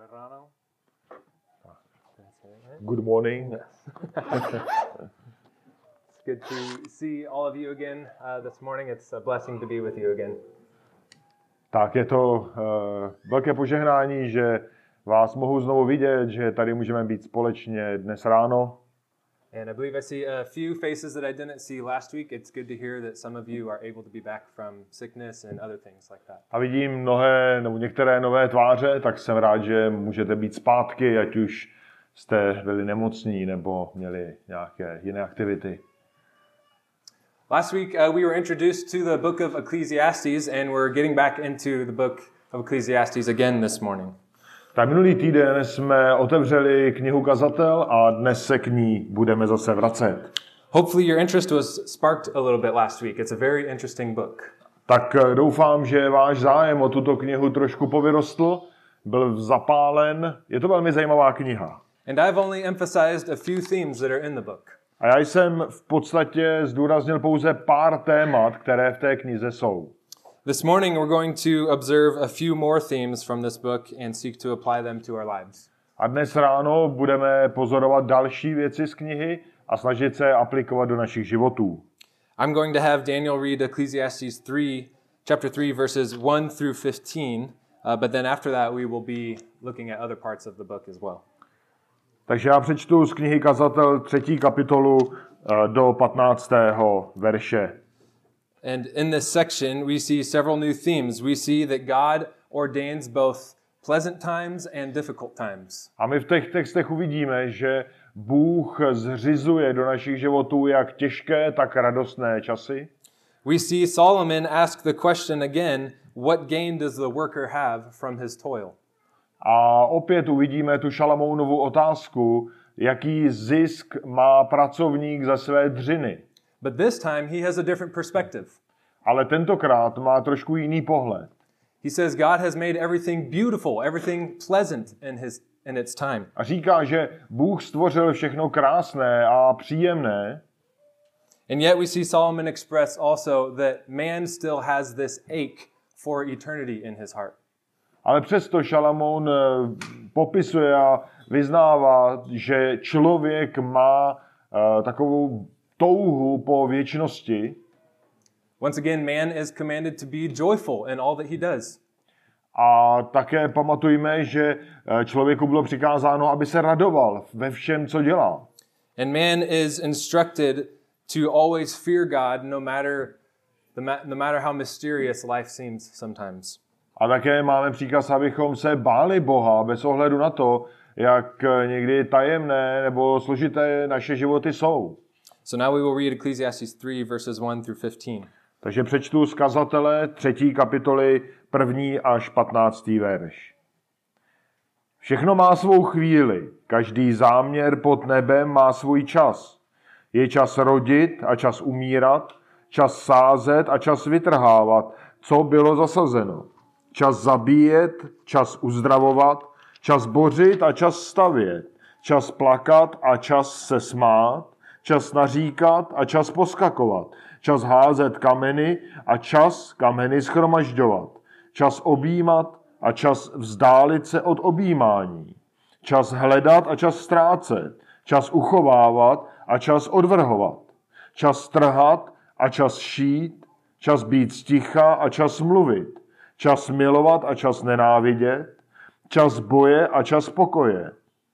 ráno. Good morning. It's good to see all of you again this morning. It's a blessing to be with you again. Tak je to velké požehnání, že vás mohu znovu vidět, že tady můžeme být společně dnes ráno. And I believe I see a few faces that I didn't see last week. It's good to hear that some of you are able to be back from sickness and other things like that. A vidím některé nové tváře, tak jsem rád, že můžete být zpátky, ať už jste byli nemocní nebo měli nějaké jiné aktivity. Last week we were introduced to the book of Ecclesiastes and we're getting back into the book of Ecclesiastes again this morning. Tak minulý týden jsme otevřeli knihu Kazatel a dnes se k ní budeme zase vracet. Hopefully your interest was sparked a little bit last week. It's a very interesting book. Tak doufám, že váš zájem o tuto knihu trošku povyrostl, byl zapálen. Je to velmi zajímavá kniha. And I've only emphasized a few themes that are in the book. A já jsem v podstatě zdůraznil pouze pár témat, které v té knize jsou. This morning we're going to observe a few more themes from this book and seek to apply them to our lives. A dnes ráno budeme pozorovat další věci z knihy a snažit se aplikovat do našich životů. I'm going to have Daniel read Ecclesiastes 3, chapter 3, verses 1 through 15, but then after that we will be looking at other parts of the book as well. Takže já přečtu z knihy Kazatel 3. kapitolu do 15. verše. And in this section we see several new themes. We see that God ordains both pleasant times and difficult times. A my v těch textech uvidíme, že Bůh zřizuje do našich životů jak těžké, tak radostné časy. We see Solomon ask the question again, what gain does the worker have from his toil? A opět uvidíme tu Šalamounovu otázku, jaký zisk má pracovník za své dřiny. But this time he has a different perspective. Ale tentokrát má trošku jiný pohled. He says God has made everything beautiful, everything pleasant in its time. A říká, že Bůh stvořil všechno krásné a příjemné. And yet we see Solomon express also that man still has this ache for eternity in his heart. Ale přesto Šalamoun popisuje a vyznává, že člověk má takovou touhu po věčnosti. Once again, man is commanded to be joyful in all that he does. A také pamatujme, že člověku bylo přikázáno, aby se radoval ve všem, co dělá. And man is instructed to always fear God no matter how mysterious life seems sometimes. A také máme příkaz, abychom se báli Boha bez ohledu na to, jak někdy tajemné nebo složité naše životy jsou. So now we will read Ecclesiastes 3 verses 1 through 15. Takže přečtu z Kazatele 3. kapitoly 1. až 15. verš. Všechno má svou chvíli, každý záměr pod nebem má svůj čas. Je čas rodit a čas umírat, čas sázet a čas vytrhávat, co bylo zasazeno. Čas zabíjet, čas uzdravovat, čas bořit a čas stavět, čas plakat a čas se smát, čas naříkat a čas poskakovat, čas házet kameny a čas kameny shromažďovat, čas objímat a čas vzdálit se od objímání, čas hledat a čas ztrácet, čas uchovávat a čas odvrhovat, čas trhat a čas šít, čas být sticha a čas mluvit, čas milovat a čas nenávidět, čas boje a čas pokoje.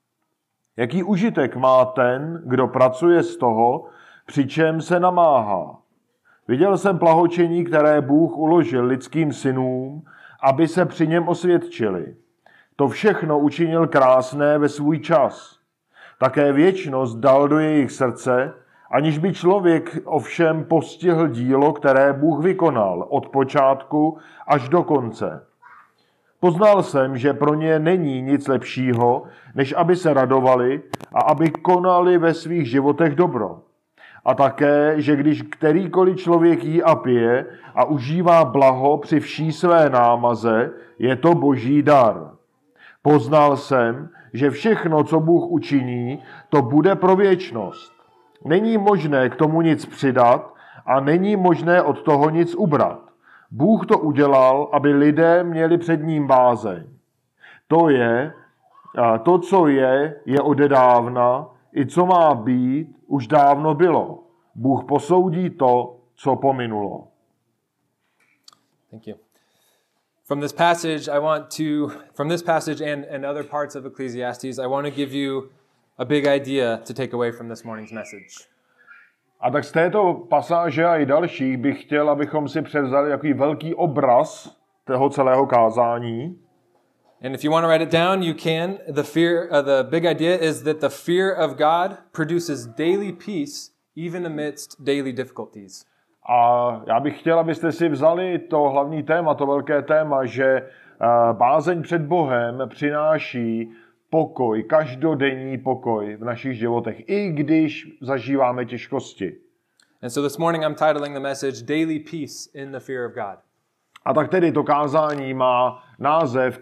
Jaký užitek má ten, kdo pracuje z toho, přičem se namáhá? Viděl jsem plahočení, které Bůh uložil lidským synům, aby se při něm osvědčili. To všechno učinil krásné ve svůj čas. Také věčnost dal do jejich srdce, aniž by člověk ovšem postihl dílo, které Bůh vykonal od počátku až do konce. Poznal jsem, že pro ně není nic lepšího, než aby se radovali a aby konali ve svých životech dobro. A také, že když kterýkoliv člověk jí a pije a užívá blaho při vší své námaze, je to boží dar. Poznal jsem, že všechno, co Bůh učiní, to bude pro věčnost. Není možné k tomu nic přidat a není možné od toho nic ubrat. Bůh to udělal, aby lidé měli před ním bázeň. To je, To, co je odedávna, i co má být, už dávno bylo. Bůh posoudí to, co pominulo. Thank you. From this passage and other parts of Ecclesiastes, I want to give you a big idea to take away from this morning's message. A tak z této pasáže a i dalších bych chtěl, abychom si převzali takový velký obraz toho celého kázání. And if you want to write it down, you can. The big idea is that the fear of God produces daily peace even amidst daily difficulties. A já bych chtěl, abyste si vzali to hlavní téma, to velké téma, že bázeň před Bohem přináší pokoj, každodenní pokoj v našich životech, i když zažíváme těžkosti. And so this morning I'm titling the message Daily Peace in the Fear of God. A tak tedy to kázání má název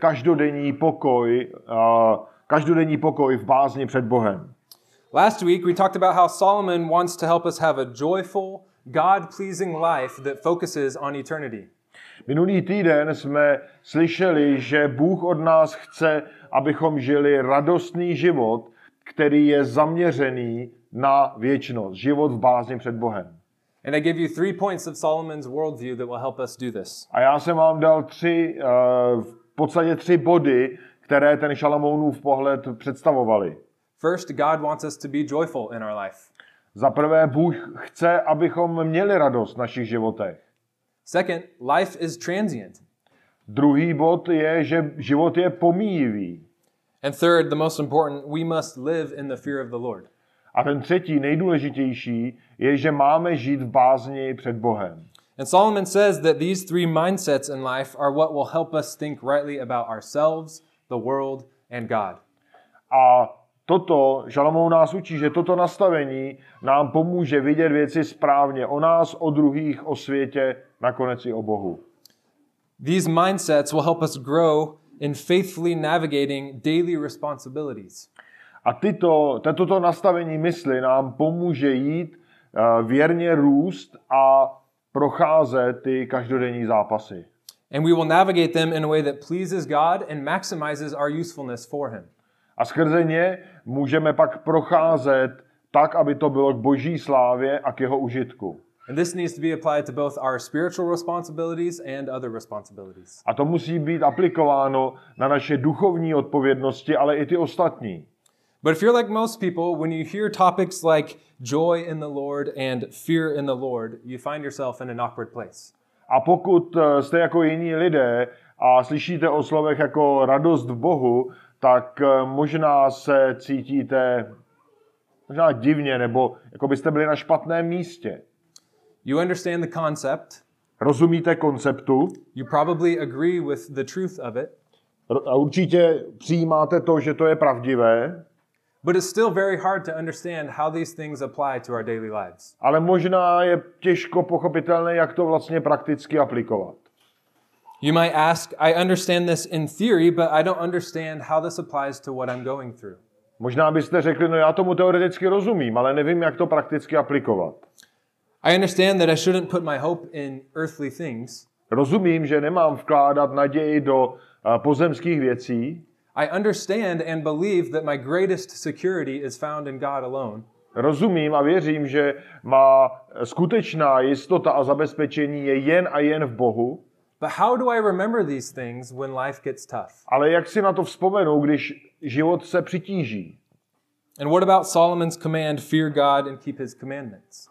každodenní pokoj v bázni před Bohem. Last week we talked about how Solomon wants to help us have a joyful, God-pleasing life that focuses on eternity. Minulý týden jsme slyšeli, že Bůh od nás chce, abychom žili radostný život, který je zaměřený na věčnost. Život v bázni před Bohem. And I give you 3 points of Solomon's worldview that will help us do this. A já jsem vám dal v podstatě 3 body, které ten Šalamounův pohled představovaly. First, God wants us to be joyful in our life. Za prvé, Bůh chce, abychom měli radost v našich životech. Second, life is transient. Druhý bod je, že život je pomíjivý. And third, the most important, we must live in the fear of the Lord. A ten třetí, nejdůležitější, je, že máme žít v bázni před Bohem. And Solomon says that these 3 mindsets in life are what will help us think rightly about ourselves, the world, and God. A Šalamoun nás učí, že toto nastavení nám pomůže vidět věci správně o nás, o druhých, o světě, nakonec i o Bohu. These mindsets will help us grow in faithfully navigating daily responsibilities. A toto nastavení mysli nám pomůže jít věrně růst a procházet ty každodenní zápasy. And we will navigate them in a way that pleases God and maximizes our usefulness for him. A skrze ně můžeme pak procházet tak, aby to bylo k Boží slávě a k jeho užitku. And this needs to be applied to both our spiritual responsibilities and other responsibilities. A to musí být aplikováno na naše duchovní odpovědnosti, ale i ty ostatní. But if you're like most people, when you hear topics like joy in the Lord and fear in the Lord, you find yourself in an awkward place. A pokud jste jako jiní lidé a slyšíte o slovech jako radost v Bohu, tak možná se cítíte možná divně, nebo jako byste byli na špatném místě. You understand the concept. Rozumíte konceptu. You probably agree with the truth of it. A určitě přijímáte to, že to je pravdivé. But it's still very hard to understand how these things apply to our daily lives. Ale možná je těžko pochopitelné, jak to vlastně prakticky aplikovat. You might ask, I understand this in theory, but I don't understand how this applies to what I'm going through. Možná byste řekli, no já tomu teoreticky rozumím, ale nevím, jak to prakticky aplikovat. I understand that I shouldn't put my hope in earthly things. Rozumím, že nemám vkládat naději do pozemských věcí. I understand and believe that my greatest security is found in God alone. Rozumím a věřím, že má skutečná jistota a zabezpečení je jen a jen v Bohu. But how do I remember these things when life gets tough? Ale jak si na to vzpomenu, když život se přitíží? And what about Solomon's command, fear God and keep his commandments?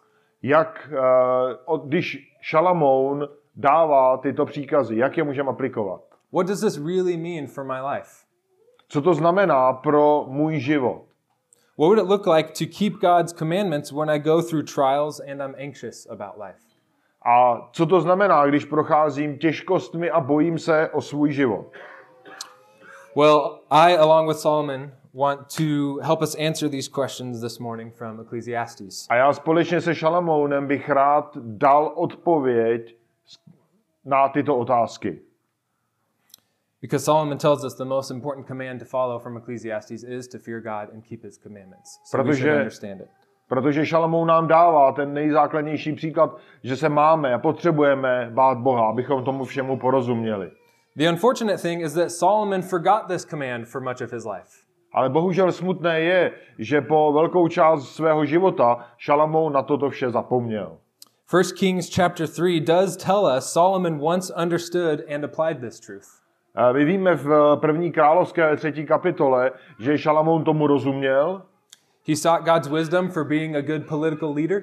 Když Šalamoun dává tyto příkazy, jak je můžeme aplikovat? What does this really mean for my life? Co to znamená pro můj život? What would it look like to keep God's commandments when I go through trials and I'm anxious about life? A co to znamená, když procházím těžkostmi a bojím se o svůj život? Well, I, along with Solomon, want to help us answer these questions this morning from Ecclesiastes. A já společně se Šalamounem bych rád dal odpověď na tyto otázky. Because Solomon tells us the most important command to follow from Ecclesiastes is to fear God and keep his commandments. So we should understand it. Protože Šalamoun nám dává ten nejzákladnější příklad, že se máme a potřebujeme bát Boha, abychom tomu všemu porozuměli. The unfortunate thing is that Solomon forgot this command for much of his life. Ale bohužel smutné je, že po velkou část svého života Šalamoun na toto vše zapomněl. 1 Kings chapter 3 does tell us Solomon once understood and applied this truth. My víme v 1. královské 3. kapitole, že Šalamoun tomu rozuměl. He sought God's wisdom for being a good political leader.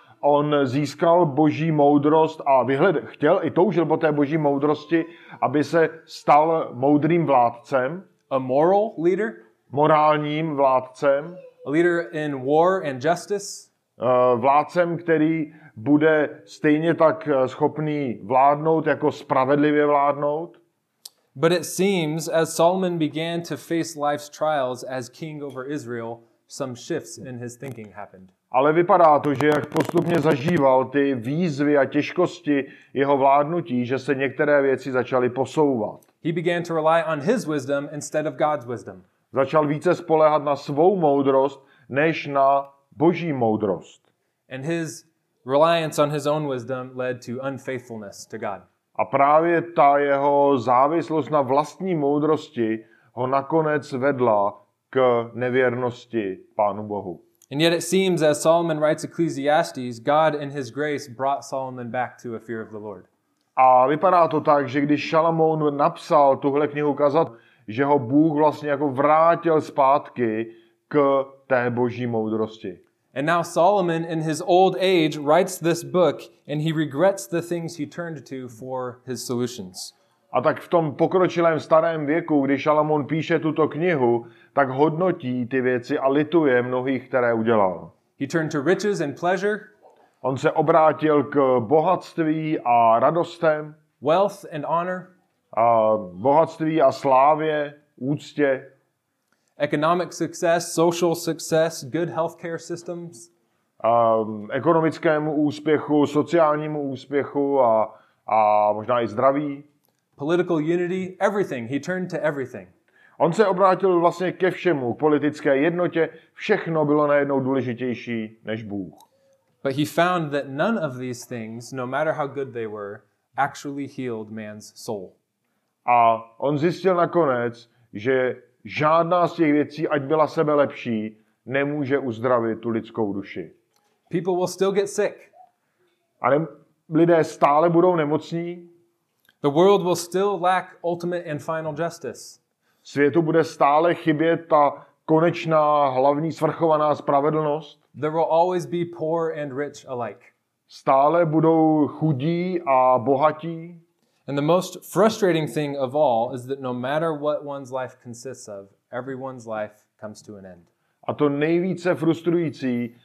On získal boží moudrost a chtěl i toužil po té boží moudrosti, aby se stal moudrým vládcem. A moral leader. Morálním vládcem. A leader in war and justice. Vládcem, který bude stejně tak schopný vládnout, jako spravedlivě vládnout. But it seems, as Solomon began to face life's trials as king over Israel, some shifts in his thinking happened. Ale vypadá to, že jak postupně zažíval ty výzvy a těžkosti jeho vládnutí, že se některé věci začaly posouvat. He began to rely on his wisdom instead of God's wisdom. Začal více spoléhat na svou moudrost, než na boží moudrost. And his reliance on his own wisdom led to unfaithfulness to God. A právě ta jeho závislost na vlastní moudrosti ho nakonec vedla k nevěrnosti Pánu Bohu. And yet it seems, as Solomon writes Ecclesiastes, God in his grace brought Solomon back to a fear of the Lord. A vypadá to tak, že když Šalamoun napsal tuhle knihu kazat, že ho Bůh vlastně jako vrátil zpátky k té boží moudrosti. And now Solomon in his old age writes this book and he regrets the things he turned to for his solutions. A tak v tom pokročilém starém věku, když Šalamoun píše tuto knihu, tak hodnotí ty věci a lituje mnohých, které udělal. He turned to riches and pleasure. On se obrátil k bohatství a radostem, Wealth and honor. a bohatství a slávě, úctě, Economic success, social success, good healthcare systems. Ekonomickému úspěchu, sociálnímu úspěchu a možná i zdraví. Political unity, everything. He turned to everything. On se obrátil vlastně ke všemu, k politické jednotě, všechno bylo najednou důležitější než Bůh. But he found that none of these things, no matter how good they were, actually healed man's soul. A on zjistil nakonec, že žádná z těch věcí, ať byla sebe lepší, nemůže uzdravit tu lidskou duši. People will still get sick. A lidé stále budou nemocní. The world will still lack ultimate and final justice. Světu bude stále chybět ta konečná, hlavní, svrchovaná spravedlnost. There will always be poor and rich alike. Stále budou chudí a bohatí. And the most frustrating thing of all is that no matter what one's life consists of, everyone's life comes to an end. A to nejvíce frustrující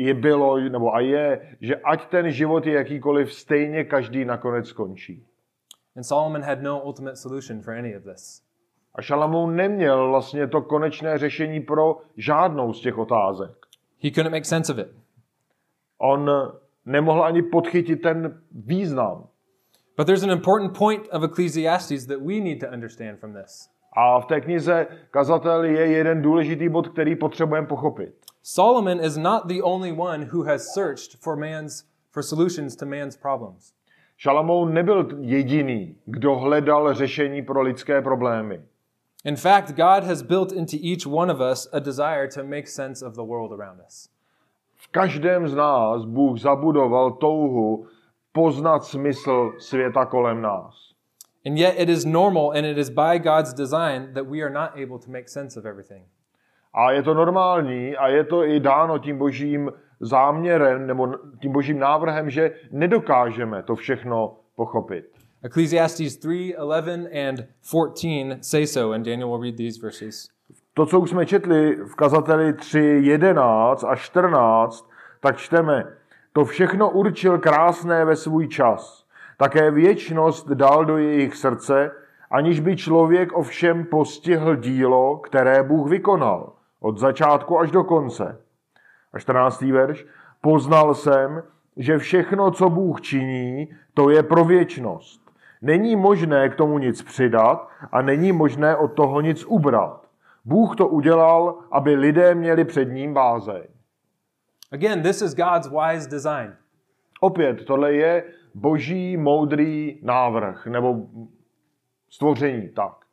je, že ať ten život je jakýkoliv, stejně každý nakonec skončí. And Solomon had no ultimate solution for any of this. A Šalamoun neměl vlastně to konečné řešení pro žádnou z těch otázek. He couldn't make sense of it. On nemohl ani podchytit ten význam. But there's an important point of Ecclesiastes that we need to understand from this. A v té knize Kazatel je jeden důležitý bod, který potřebujeme pochopit. Solomon is not the only one who has searched for solutions to man's problems. Šalamoun nebyl jediný, kdo hledal řešení pro lidské problémy. In fact, God has built into each one of us a desire to make sense of the world around us. V každém z nás Bůh zabudoval touhu poznat smysl světa kolem nás. And yet it is normal and it is by God's design that we are not able to make sense of everything. A je to normální a je to i dáno tím božím záměrem nebo tím božím návrhem, že nedokážeme to všechno pochopit. Ecclesiastes 3:11 and 14 say so, and Daniel will read these verses. To, co už jsme četli v kazateli 3:11 a 14, tak čteme: To všechno určil krásné ve svůj čas. Také věčnost dal do jejich srdce, aniž by člověk ovšem postihl dílo, které Bůh vykonal, od začátku až do konce. A 14. verš. Poznal jsem, že všechno, co Bůh činí, to je pro věčnost. Není možné k tomu nic přidat a není možné od toho nic ubrat. Bůh to udělal, aby lidé měli před ním bázeň. Again, this is God's wise design. Opět, tohle je boží moudrý návrh, nebo stvoření, tak.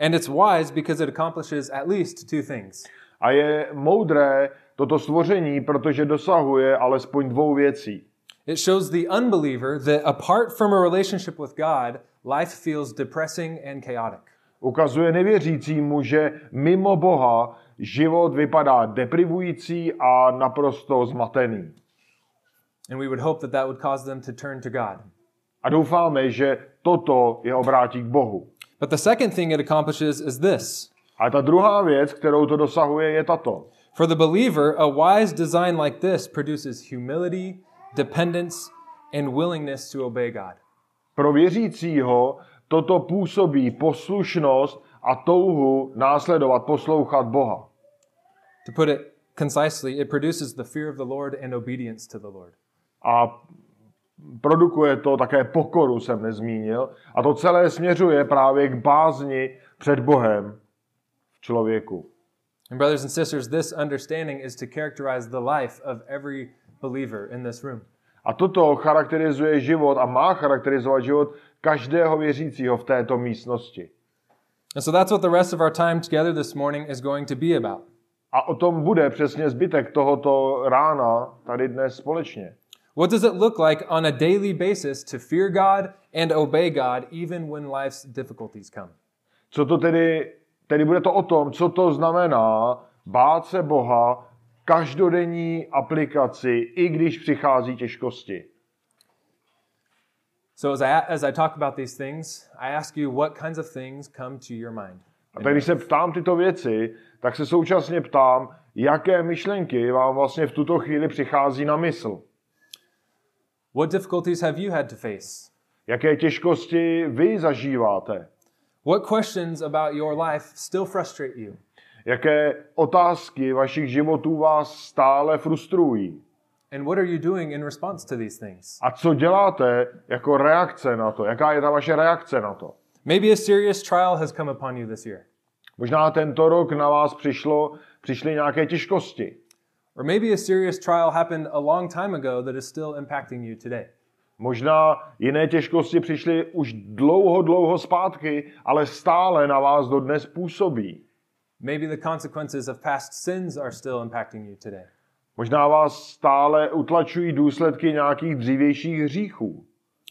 And it's wise because it accomplishes at least two things. A je moudré toto stvoření, protože dosahuje alespoň dvou věcí. It shows the unbeliever that apart from a relationship with God, life feels depressing and chaotic. Ukazuje nevěřícímu, že mimo Boha život vypadá deprivující a naprosto zmatený. And we would hope that would cause them to turn to God. A doufáme, že toto je obrátí k Bohu. But the second thing it accomplishes is this. A ta druhá věc, kterou to dosahuje, je tato. For the believer, a wise design like this produces humility, dependence, and willingness to obey God. Pro věřícího toto působí poslušnost a touhu následovat, poslouchat Boha. To put it concisely, it produces the fear of the Lord and obedience to the Lord. A produkuje to také pokoru, jsem nezmínil. A to celé směřuje právě k bázni před Bohem v člověku. And brothers and sisters, this understanding is to characterize the life of every believer in this room. A toto charakterizuje život a má charakterizovat život každého věřícího v této místnosti. And so that's what the rest of our time together this morning is going to be about. A o tom bude přesně zbytek tohoto rána tady dnes společně. What does it look like on a daily basis to fear God and obey God even when life's difficulties come? Co to tedy bude to o tom, co to znamená bát se Boha každodenní aplikaci, i když přichází těžkosti. So as I talk about these things, I ask you what kinds of things come to your mind. A tak když se ptám tyto věci, tak se současně ptám, jaké myšlenky vám vlastně v tuto chvíli přichází na mysl. What difficulties have you had to face? Jaké těžkosti vy zažíváte? What questions about your life still frustrate you? Jaké otázky vašich životů vás stále frustrují? And what are you doing in response to these things? A co děláte jako reakce na to? Jaká je ta vaše reakce na to? Maybe a serious trial has come upon you this year. Možná tento rok na vás přišly nějaké těžkosti. Or maybe a serious trial happened a long time ago that is still impacting you today. Možná jiné těžkosti přišly už dlouho zpátky, ale stále na vás dodnes působí. Maybe the consequences of past sins are still impacting you today. Možná vás stále utlačují důsledky nějakých dřívějších hříchů.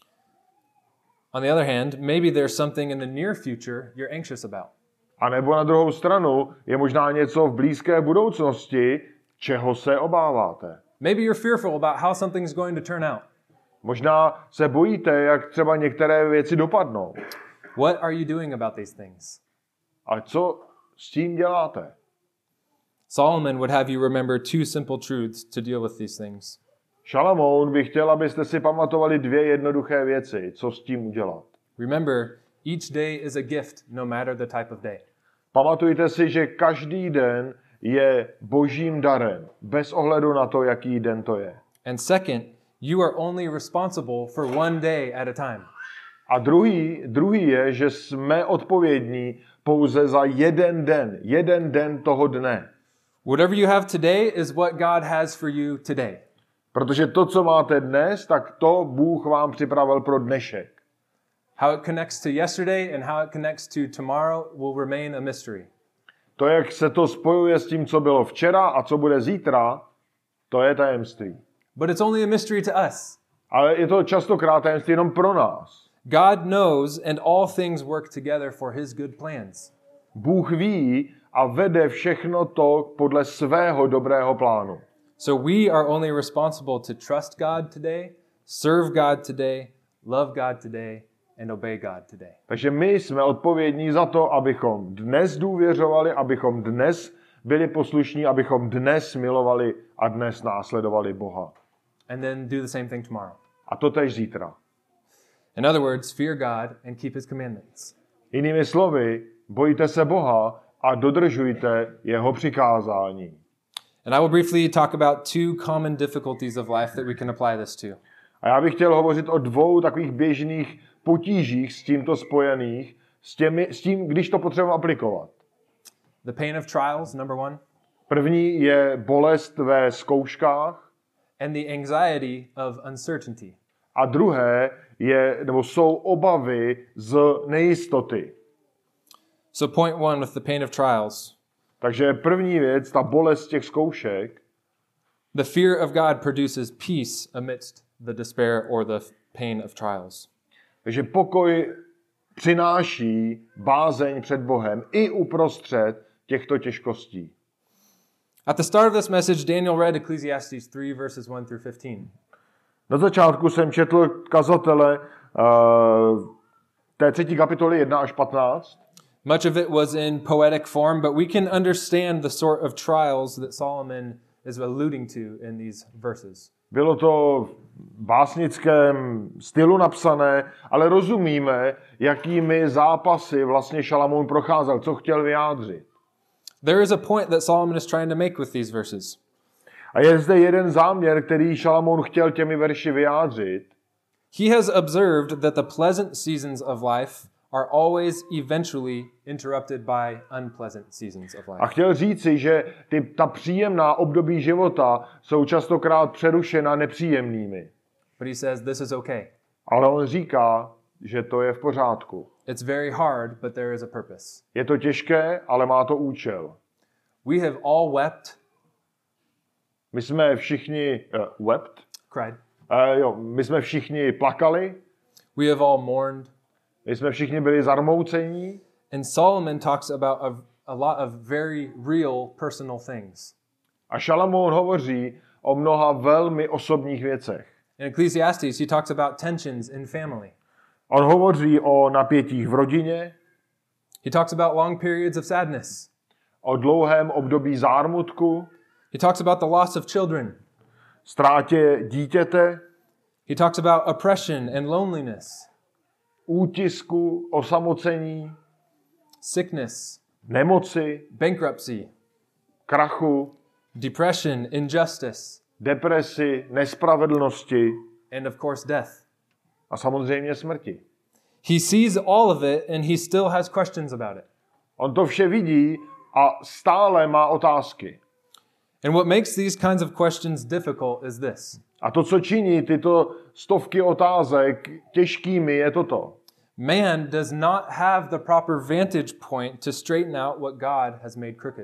On the other hand, maybe there's something in the near future you're anxious about. A nebo na druhou stranu je možná něco v blízké budoucnosti, čeho se obáváte. Maybe you're fearful about how something's going to turn out. Možná se bojíte, jak třeba některé věci dopadnou. What are you doing about these things? A co s tím děláte? Solomon would have you remember two simple truths to deal with these things. Šalamoun by chtěl, abyste si pamatovali dvě jednoduché věci, co s tím udělat. Remember, each day is a gift, no matter the type of day. Pamatujte si, že každý den je božím darem, bez ohledu na to, jaký den to je. And second, you are only responsible for one day at a time. A druhý je, že jsme odpovědní pouze za jeden den toho dne. Whatever you have today is what God has for you today. Protože to, co máte dnes, tak to Bůh vám připravil pro dnešek. How it connects to yesterday and how it connects to tomorrow will remain a mystery. To, jak se to spojuje s tím, co bylo včera a co bude zítra, to je tajemství. But it's only a mystery to us. Ale je to častokrát tajemství jenom pro nás. God knows and all things work together for his good plans. Bůh ví a vede všechno to podle svého dobrého plánu. So we are only responsible to trust God today, serve God today, love God today, and obey God today. Takže my jsme odpovědní za to, abychom dnes důvěřovali, abychom dnes byli poslušní, abychom dnes milovali a dnes následovali Boha. And then do the same thing tomorrow. A to tež zítra. In other words, fear God and keep his commandments. Jinými slovy, bojte se Boha a dodržujte jeho přikázání. And I will briefly talk about two common difficulties of life that we can apply this to. A já bych chtěl hovořit o dvou takových běžných potížích s tímto spojených, s tím, když to potřebujeme aplikovat. The pain of trials, number one. První je bolest ve zkouškách. And the anxiety of uncertainty. A druhé jsou obavy z nejistoty. So point one with the pain of trials. Takže první věc, ta bolest těch zkoušek, The fear of God produces peace amidst the despair or the pain of trials. takže pokoj přináší bázeň před Bohem i uprostřed těchto těžkostí. At the start of this message, Daniel read Ecclesiastes 3 verses 1 through 15. Na začátku jsem četl kazatele té 3. kapitoly 1 až 15. Much of it was in poetic form, but we can understand the sort of trials that Solomon is alluding to in these verses. Bylo to v básnickém stylu napsané, ale rozumíme, jakými zápasy vlastně Šalamoun procházel, co chtěl vyjádřit. There is a point that Solomon is trying to make with these verses. A je zde jeden záměr, který Šalamoun chtěl těmi verši vyjádřit. He has observed that the pleasant seasons of life are always eventually interrupted by unpleasant seasons of A life. chtěl říci, že ta příjemná období života jsou častokrát přerušena nepříjemnými. But he says this is okay. Ale on říká, že to je v pořádku. It's very hard, but there is a purpose. Je to těžké, ale má to účel. We have all wept, My jsme všichni cried. My jsme všichni plakali, We have all mourned. my jsme všichni byli zarmoucení. And Solomon talks about a lot of very real personal things. A Šalamoun hovoří o mnoha velmi osobních věcech. In Ecclesiastes, he talks about tensions in family. On hovoří o napětích v rodině, He talks about long periods of sadness. o dlouhém období zármutku, He talks about the loss of children. ztrátě dítěte, He talks about oppression and loneliness, útisku, osamocení, sickness, nemoci, bankruptcy, krachu, depression, injustice, depresi, nespravedlnosti and of course death. a samozřejmě smrti. He sees all of it and he still has questions about it. On to vše vidí a stále má otázky. And what makes these kinds of questions difficult is this. A to, co činí tyto stovky otázek těžkými, je toto. Man does not have the proper vantage point to straighten out what God has made crooked.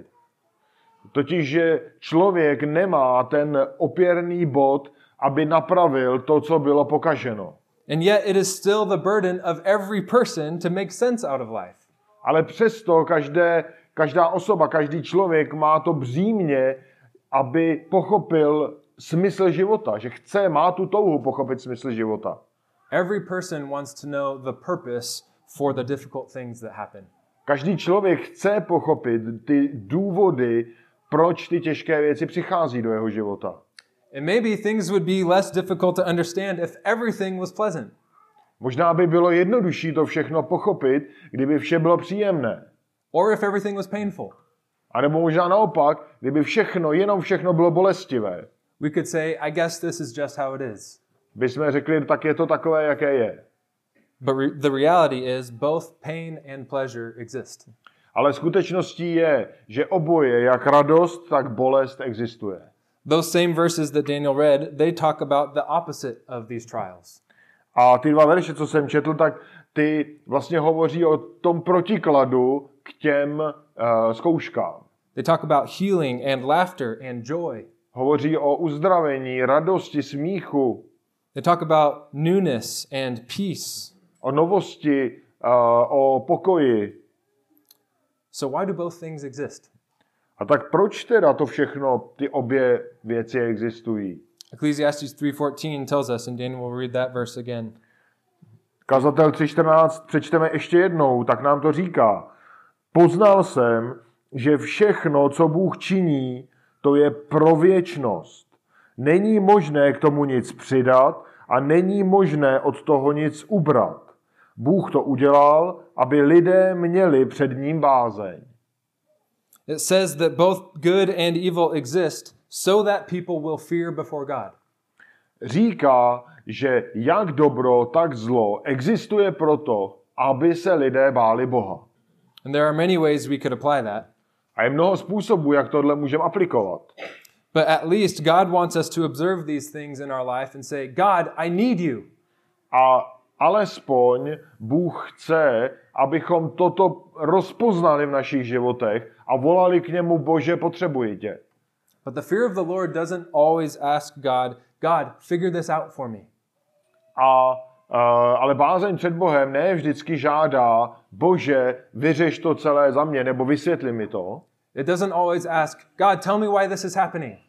Totiž, že člověk nemá ten opěrný bod, aby napravil to, co bylo pokaženo. And yet it is still the burden of every person to make sense out of life. Ale přesto každá osoba, každý člověk má to břímě, aby pochopil smysl života, že má tu touhu pochopit smysl života. Every person wants to know the purpose for the difficult things that happen. Každý člověk chce pochopit ty důvody, proč ty těžké věci přichází do jeho života. And maybe things would be less difficult to understand if everything was pleasant. Možná by bylo jednodušší to všechno pochopit, kdyby vše bylo příjemné. Or if everything was painful. A nebo možná naopak, kdyby jenom všechno bylo bolestivé. We could say, I guess this is just how it is. Bychom řekli, tak je to takové, jaké je. But the reality is both pain and pleasure exist. Ale skutečností je, že oboje, jak radost, tak bolest existuje. Those same verses that Daniel read, they talk about the opposite of these trials. A ty dva verše, co jsem četl, tak ty vlastně hovoří o tom protikladu k těm zkouškám. They talk about healing and laughter and joy. Hovoří o uzdravení, radosti, smíchu, They talk about newness and peace. o novosti, o pokoji. So why do both things exist? A tak proč teda to všechno, ty obě věci existují? Ecclesiastes 3:14 tells us, and Daniel will read that verse again. Kazatel 3.14 přečteme ještě jednou, tak nám to říká. Poznal jsem, že všechno, co Bůh činí, to je pro věčnost. Není možné k tomu nic přidat a není možné od toho nic ubrat. Bůh to udělal, aby lidé měli před ním bázeň. It says that both good and evil exist so that people will fear before God. Říká, že jak dobro, tak zlo existuje proto, aby se lidé báli Boha. And there are many ways we could apply that. A je mnoho způsobů, jak tohle můžeme aplikovat. But at least God wants us to observe these things in our life and say, God, I need you. A alespoň Bůh chce, abychom toto rozpoznali v našich životech a volali k němu: Bože, potřebuji tě. But the fear of the Lord doesn't always ask God, figure this out for me. Ale bázeň před Bohem ne vždycky žádá: Bože, vyřeš to celé za mě, nebo vysvětli mi to. It doesn't always ask, God, tell me why this is happening.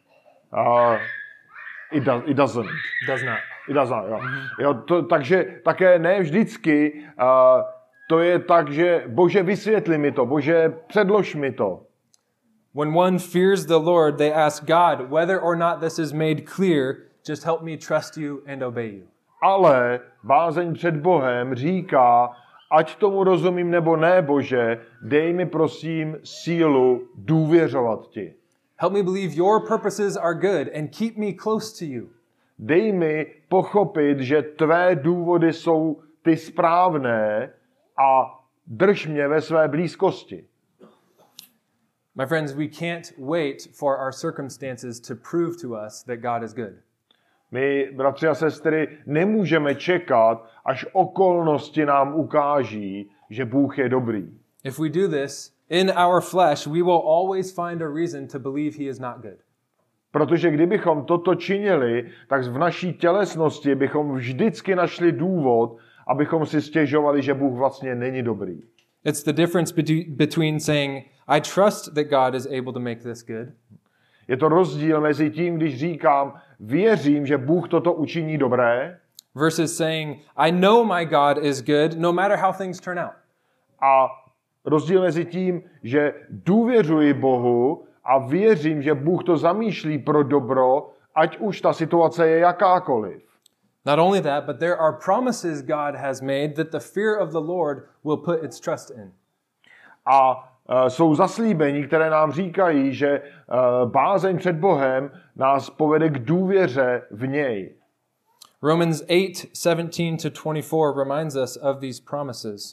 It doesn't. Does not. It does not, jo. Takže také ne vždycky to je tak, že Bože, vysvětli mi to, Bože, předlož mi to. When one fears the Lord, they ask God, whether or not this is made clear, just help me trust you and obey you. Ale bázeň před Bohem říká: ať tomu rozumím nebo ne, Bože, dej mi prosím sílu důvěřovat ti. Help me believe your purposes are good and keep me close to you. Dej mi pochopit, že tvé důvody jsou ty správné a drž mě ve své blízkosti. My friends, we can't wait for our circumstances to prove to us that God is good. My, bratři a sestry, nemůžeme čekat, až okolnosti nám ukáží, že Bůh je dobrý. If we do this in our flesh, we will always find a reason to believe he is not good. Protože kdybychom toto činili, tak v naší tělesnosti bychom vždycky našli důvod, abychom si stěžovali, že Bůh vlastně není dobrý. It's the difference between saying, I trust that God is able to make this good. Je to rozdíl mezi tím, když říkám: věřím, že Bůh toto učiní dobré, versus saying, I know my God is good no matter how things turn out. a rozdíl mezi tím, že důvěřuji Bohu a věřím, že Bůh to zamýšlí pro dobro, ať už ta situace je jakákoliv. Not only that, but there are promises God has made that the fear of the Lord will put its trust in. A jsou zaslíbení, které nám říkají, že bázeň před Bohem nás povede k důvěře v něj. Romans 8:17-24 reminds us of these promises.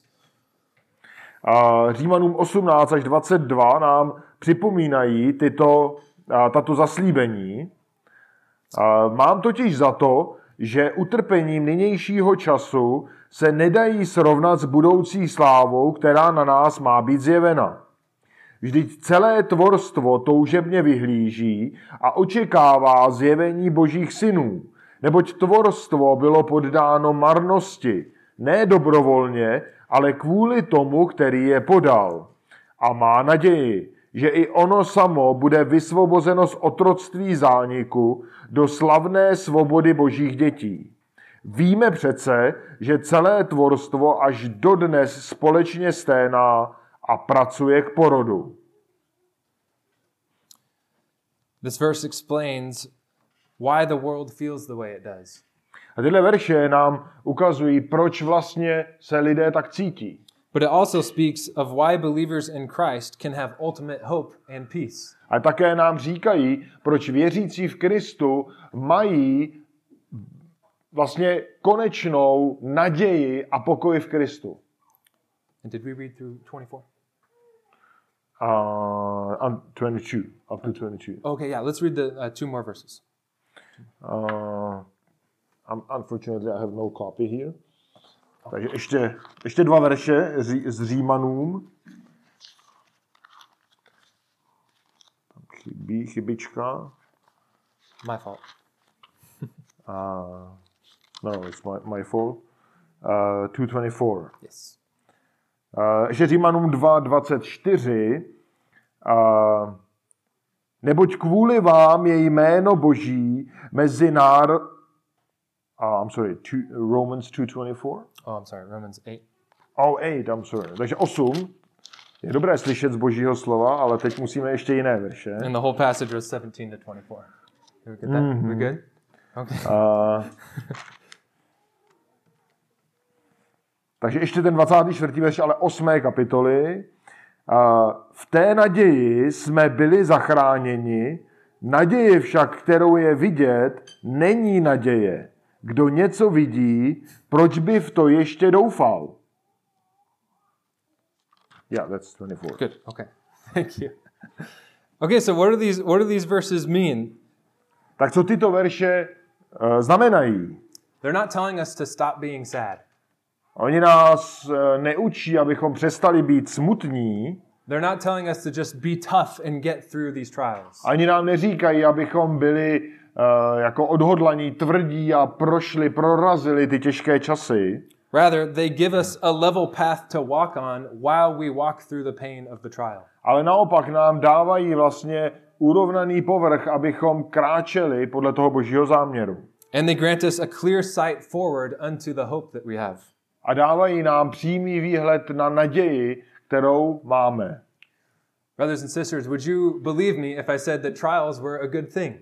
Římanům 18 až 22 nám připomínají tato zaslíbení. Mám totiž za to, že utrpením nynějšího času se nedají srovnat s budoucí slávou, která na nás má být zjevena. Vždyť celé tvorstvo toužebně vyhlíží a očekává zjevení božích synů, neboť tvorstvo bylo poddáno marnosti, ne dobrovolně, ale kvůli tomu, který je podal. A má naději, že i ono samo bude vysvobozeno z otroctví zániku do slavné svobody božích dětí. Víme přece, že celé tvorstvo až dodnes společně sténá a pracuje k porodu. This verse explains why the world feels the way it does. A tyhle verše nám ukazují, proč vlastně se lidé tak cítí. But it also speaks of why believers in Christ can have ultimate hope and peace. A také nám říkají, proč věřící v Kristu mají vlastně konečnou naději a pokoj v Kristu. And did we read through 24? 22, up to 22. Okay, yeah, let's read the two more verses. Unfortunately, I have no copy here. Takže ještě dva verše z Římanům. Tam chybička. My fault. No, it's my fault. 2:24. Yes. Ještě Římanům 2:24. Neboť kvůli vám je jméno Boží mezi Romans 2:24. Oh, I'm sorry, Romans 8. Oh, 8, I'm sorry. Takže 8. Je dobré slyšet z Božího slova, ale teď musíme ještě jiné verše. And the whole passage was 17 to 24. Did we get that? Mm-hmm. We're good? Okay. Takže ještě ten 24. verš, ale 8. kapitoly. V té naději jsme byli zachráněni, naděje však, kterou je vidět, není naděje. Kdo něco vidí, proč by v to ještě doufal? Yeah, that's 24. Good. Okay. Thank you. Okay, so what do these verses mean? Tak co tyto verše znamenají? They're not telling us to stop being sad. Oni nás neučí, abychom přestali být smutní, They're not telling us to just be tough and get through these trials. ani nám neříkají, abychom byli jako odhodlaní, tvrdí a prorazili ty těžké časy. Rather, they give us a level path to walk on while we walk through the pain of the trial. Ale naopak nám dávají vlastně urovnaný povrch, abychom kráčeli podle toho božího záměru. And they grant us a clear sight forward unto the hope that we have. A dávají nám přímý výhled na naději, kterou máme. Brothers and sisters, would you believe me if I said that trials were a good thing?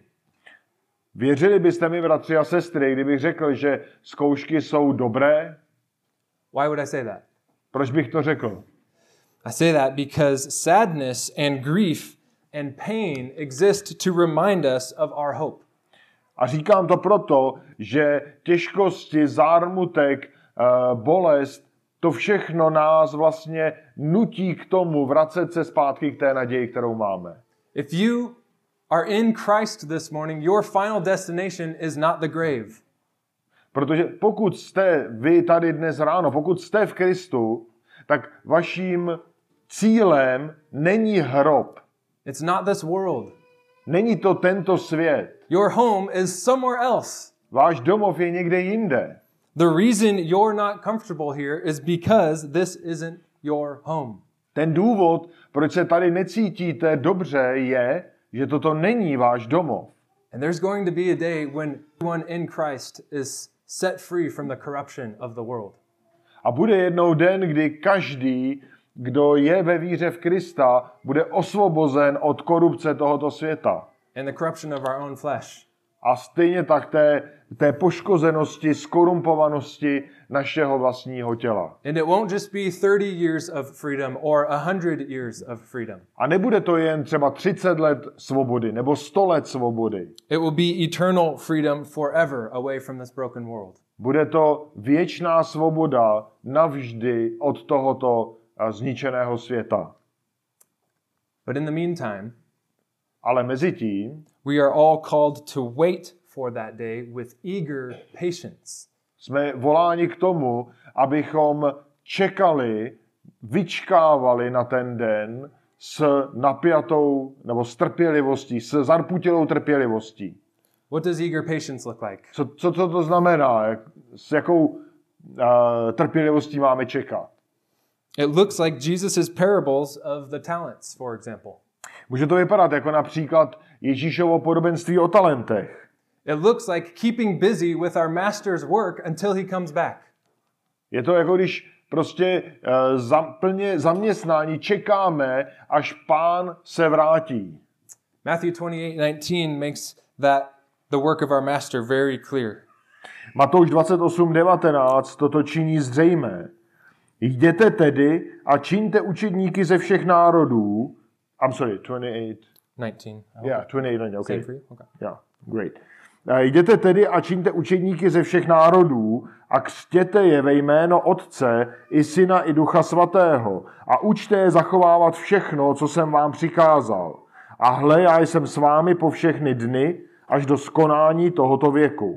Věřili byste mi, bratři a sestry, kdybych řekl, že zkoušky jsou dobré? Why would I say that? Proč bych to řekl? I say that because sadness and grief and pain exist to remind us of our hope. A říkám to proto, že těžkosti, zármutek, bolest, to všechno nás vlastně nutí k tomu vracet se zpátky k té naději, kterou máme. If you are in Christ this morning, your final destination is not the grave. Protože pokud jste vy tady dnes ráno, pokud jste v Kristu, tak vaším cílem není hrob. It's not this world. Není to tento svět. Your home is somewhere else. Váš domov je někde jinde. The reason you're not comfortable here is because this isn't your home. Ten důvod, proč se tady necítíte dobře, je, že toto není váš domov. And there's going to be a day when everyone in Christ is set free from the corruption of the world. A bude jednou den, kdy každý, kdo je ve víře v Krista, bude osvobozen od korupce tohoto světa. And the corruption of our own flesh. A stejně tak té poškozenosti, skorumpovanosti našeho vlastního těla. And it won't just be 30 years of freedom or 100 years of freedom. A nebude to jen třeba 30 let svobody nebo 100 let svobody. It will be eternal freedom forever away from this broken world. Bude to věčná svoboda navždy od tohoto zničeného světa. But in the meantime, Ale mezi tím we are all called to wait for that day with eager patience. jsme voláni k tomu, abychom čekali, vyčkávali na ten den s napjatou nebo s trpělivostí, s zarputilou trpělivostí. What does eager patience look like? Co to znamená? S jakou trpělivostí máme čekat? It looks like Jesus' parables of the talents, for example. Může to vypadat jako například Ježíšovo podobenství o talentech. It looks like keeping busy with our master's work until he comes back. Je to jako když prostě plně zaměstnání čekáme, až Pán se vrátí. Matthew 28:19 makes that the work of our master very clear. Matouš 28:19 toto činí zřejmé. Jděte tedy a čiňte učedníky ze všech národů. I'm sorry, 19. Yeah, 28, okay. Same for you? Okay. Yeah, great. Jděte tedy a čiňte učedníky ze všech národů a křtěte je ve jméno Otce i Syna i Ducha Svatého a učte je zachovávat všechno, co jsem vám přikázal. A hle, já jsem s vámi po všechny dny až do skonání tohoto věku.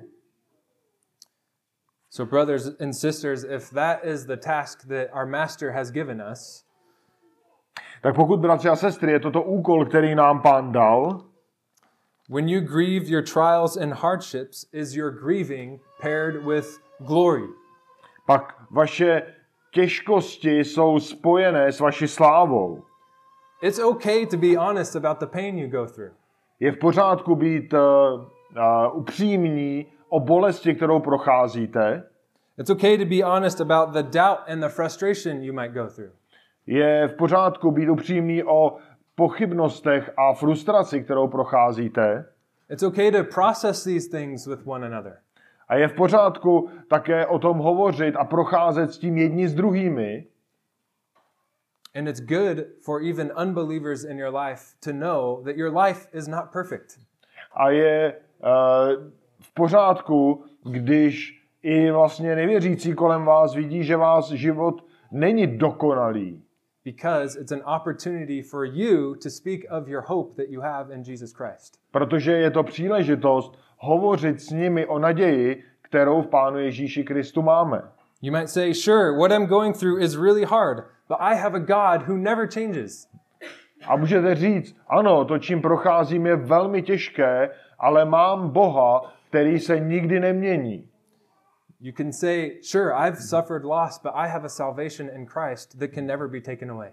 So brothers and sisters, if that is the task that our master has given us, Tak pokud, bratři a sestry, je toto úkol, který nám Pán dal, when you grieve your trials and hardships, is your grieving paired with glory? pak vaše těžkosti jsou spojené s vaší slávou. It's okay to be honest about the pain you go through. Je v pořádku být upřímní o bolesti, kterou procházíte. It's okay to be honest about the doubt and the frustration you might go through. Je v pořádku být upřímný o pochybnostech a frustraci, kterou procházíte. It's okay to process these things with one another. A je v pořádku také o tom hovořit a procházet s tím jedni s druhými. And it's good for even unbelievers in your life to know that your life is not perfect. A je v pořádku, když i vlastně nevěřící kolem vás vidí, že váš život není dokonalý. Because it's an opportunity for you to speak of your hope that you have in Jesus Christ. Protože je to příležitost hovořit s nimi o naději, kterou v Pánu Ježíši Kristu máme. You might say, sure, what I'm going through is really hard, but I have a God who never changes. A můžete říct, ano, to, čím procházím, je velmi těžké, ale mám Boha, který se nikdy nemění. You can say, sure, I've suffered loss, but I have a salvation in Christ that can never be taken away.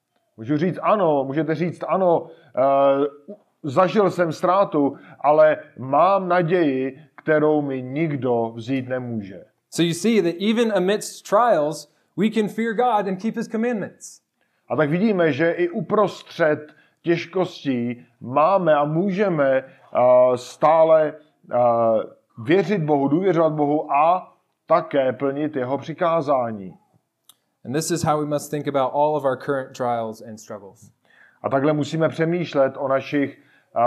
Můžete říct ano, zažil jsem ztrátu, ale mám naději, kterou mi nikdo vzít nemůže. So you see that even amidst trials, we can fear God and keep his commandments. A tak vidíme, že i uprostřed těžkostí máme a můžeme stále věřit Bohu, důvěřovat Bohu a také plnit jeho přikázání. And this is how we must think about all of our current trials and struggles. A takhle musíme přemýšlet o našich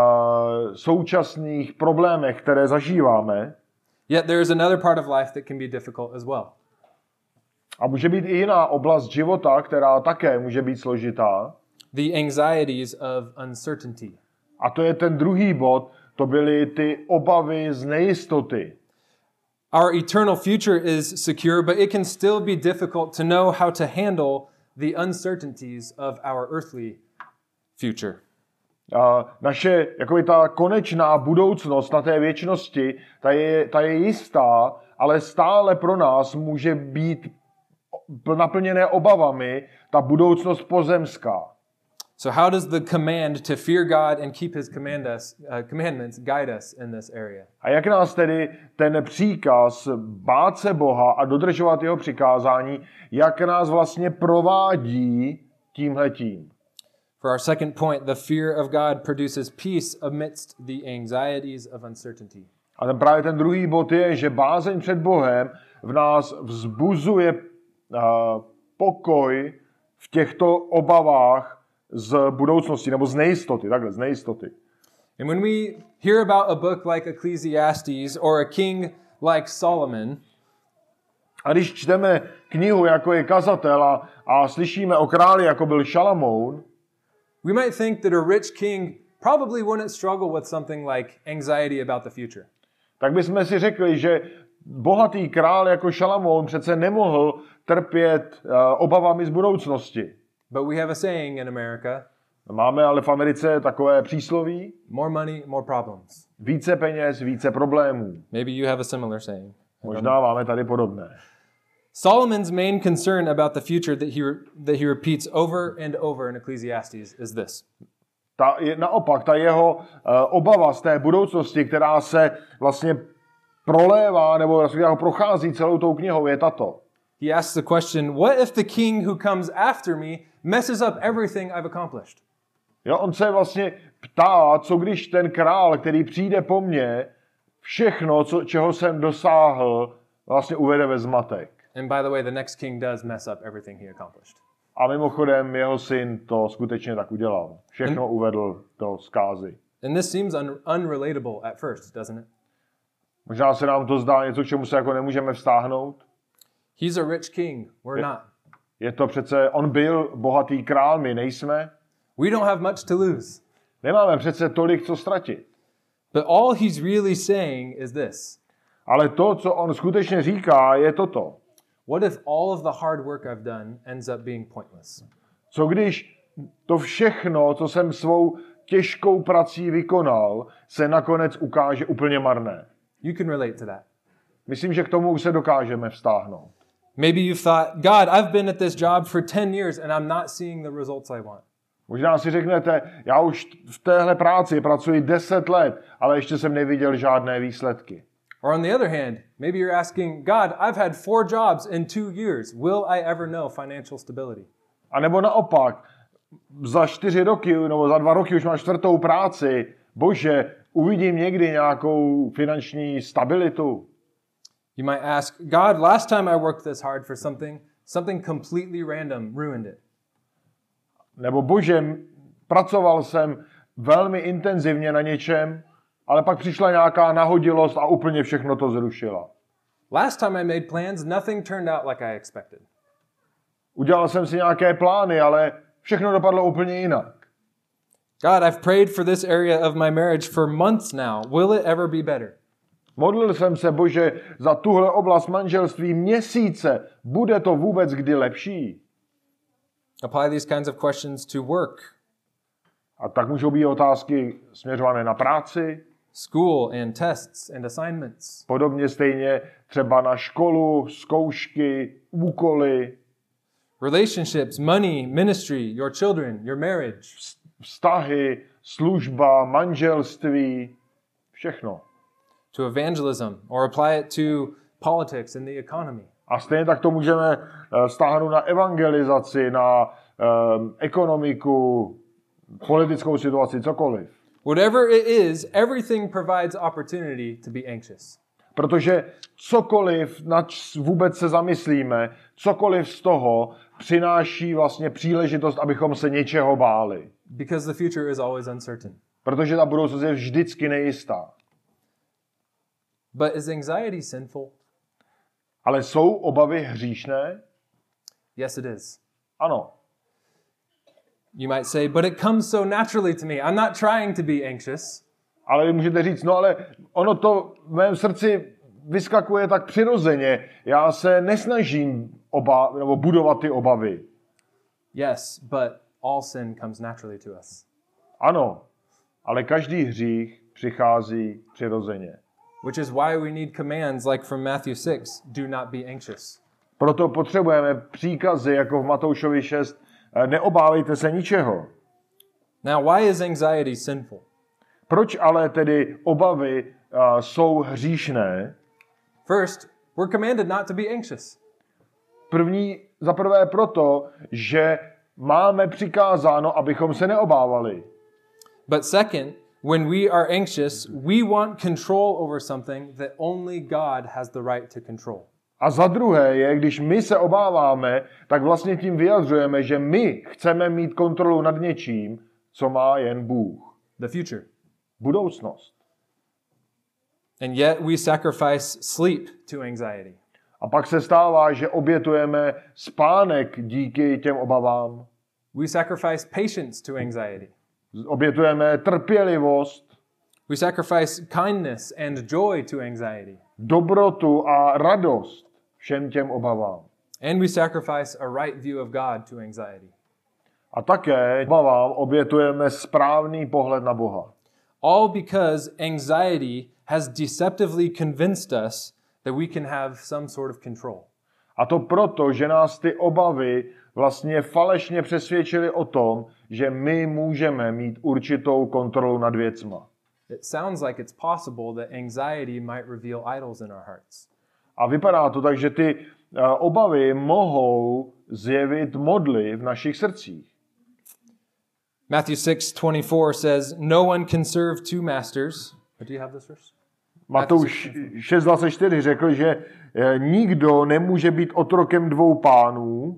současných problémech, které zažíváme. Yet there is another part of life that can be difficult as well. A může být i jiná oblast života, která také může být složitá. The anxieties of uncertainty. A to je ten druhý bod, to byly ty obavy z nejistoty. Our eternal future is secure, but it can still be difficult to know how to handle the uncertainties of our earthly future. Naše, jakoby ta konečná budoucnost na té věčnosti, ta je jistá, ale stále pro nás může být naplněné obavami ta budoucnost pozemská. So how does the command to fear God and keep his commandments guide us in this area? A jak nás tedy ten příkaz bát se Boha a dodržovat jeho přikázání, jak nás vlastně provádí tímhletím? For our second point, the fear of God produces peace amidst the anxieties of uncertainty. A právě ten druhý bod je, že bázeň před Bohem v nás vzbuzuje pokoj v těchto obavách z budoucnosti, nebo z nejistoty, takhle, z nejistoty. And when we hear about a book like Ecclesiastes or a king like Solomon, a když čteme knihu, jako je Kazatel a slyšíme o králi, jako byl Šalamoun, we might think that a rich king probably wouldn't struggle with something like anxiety about the future. Tak bychom si řekli, že bohatý král jako Šalamoun přece nemohl trpět obavami z budoucnosti. But we have a saying in America. Máme ale v Americe takové přísloví. More money, more problems. Více peněz, více problémů. Maybe you have a similar saying. Možná máme tady podobné. Solomon's main concern about the future that he repeats over and over in Ecclesiastes is this. Naopak, ta jeho obava z té budoucnosti, která se vlastně prolévá nebo prochází celou tou knihou, je tato. He asks the question, what if the king who comes after me messes up everything I've accomplished? Jo, on se vlastně ptá, co když ten král, který přijde po mně, všechno, čeho jsem dosáhl, vlastně uvede ve zmatek. And by the way, the next king does mess up everything he accomplished. A mimochodem jeho syn to skutečně tak udělal. Všechno uvedl do zkázy. And this seems unrelatable at first, doesn't it? Možná se nám to zdá něco, k čemu se jako nemůžeme vztáhnout. He's a rich king, we're not. Je to přece, on byl bohatý král, my nejsme. We don't have much to lose. Nemáme přece tolik, co ztratit. But all he's really saying is this. Ale to, co on skutečně říká, je toto. What if all of the hard work I've done ends up being pointless? Co když to všechno, co jsem svou těžkou prací vykonal, se nakonec ukáže úplně marné? You can relate to that. Myslím, že k tomu už se dokážeme vztáhnout. Maybe you've thought, God, I've been at this job for 10 years and I'm not seeing the results I want. Možná si řeknete, já už v téhle práci pracuji 10 let, ale ještě jsem neviděl žádné výsledky. Or on the other hand, maybe you're asking, God, I've had 4 jobs in 2 years. Will I ever know financial stability? A nebo naopak, za 4 roky nebo za 2 roky už mám 4. práci. Bože, uvidím někdy nějakou finanční stabilitu. You might ask, God, last time I worked this hard for something completely random ruined it. Nebo Bože, pracoval jsem velmi intenzivně na něčem, ale pak přišla nějaká nahodilost a úplně všechno to zrušila. Last time I made plans, nothing turned out like I expected. Udělal jsem si nějaké plány, ale všechno dopadlo úplně jinak. God, I've prayed for this area of my marriage for months now. Will it ever be better? Modlil jsem se, Bože, za tuhle oblast manželství měsíce. Bude to vůbec kdy lepší? Apply these kinds of questions to work, A tak můžou být otázky směřované na práci, school, and tests and assignments. podobně stejně třeba na školu, zkoušky, úkoly, Relationships, money, ministry, your children, your marriage. vztahy, služba, manželství, všechno. To evangelism, or apply it to politics and the economy. A stejně tak to můžeme stáhnout na evangelizaci, na ekonomiku, politickou situaci, cokoliv. Whatever it is, everything provides opportunity to be anxious. Protože cokoliv, nač vůbec se zamyslíme, cokoliv z toho přináší vlastně příležitost, abychom se něčeho báli. Because the future is always uncertain. Protože ta budoucnost je vždycky nejistá. But is anxiety sinful? Ale jsou obavy hříšné? Yes, it is. Ano. You might say, but it comes so naturally to me. I'm not trying to be anxious. Ale vy můžete říct, no ale ono to v mém srdci vyskakuje tak přirozeně. Já se nesnažím budovat ty obavy. Yes, but all sin comes naturally to us. Ano, ale každý hřích přichází přirozeně. Which is why we need commands like from Matthew 6, do not be anxious. Proto potřebujeme příkazy, jako v Matoušovi 6, neobávejte se ničeho. Now, why is anxiety sinful? Proč ale tedy obavy jsou hříšné? First, we're commanded not to be anxious. Za prvé proto, že máme přikázáno, abychom se neobávali. But second, when we are anxious, we want control over something that only God has the right to control. A za druhé je, když my se obáváme, tak vlastně tím vyjadřujeme, že my chceme mít kontrolu nad něčím, co má jen Bůh. The future. Budoucnost. And yet we sacrifice sleep to anxiety. A pak se stává, že obětujeme spánek díky těm obavám. We sacrifice patience to anxiety. Obětujeme trpělivost, We sacrifice kindness and joy to anxiety. dobrotu a radost všem těm obavám. And we sacrifice a right view of God to anxiety. A také obavám obětujeme správný pohled na Boha. All because anxiety has deceptively convinced us that we can have some sort of control. A to proto, že nás ty obavy vlastně falešně přesvědčily o tom, že my můžeme mít určitou kontrolu nad věcma. It sounds like it's possible that anxiety might reveal idols in our hearts. A vypadá to tak, že ty obavy mohou zjevit modly v našich srdcích. Matthew 6:24 says, "No one can serve two masters." Do you have this verse? Matouš 6:24 řekl, že nikdo nemůže být otrokem dvou pánů.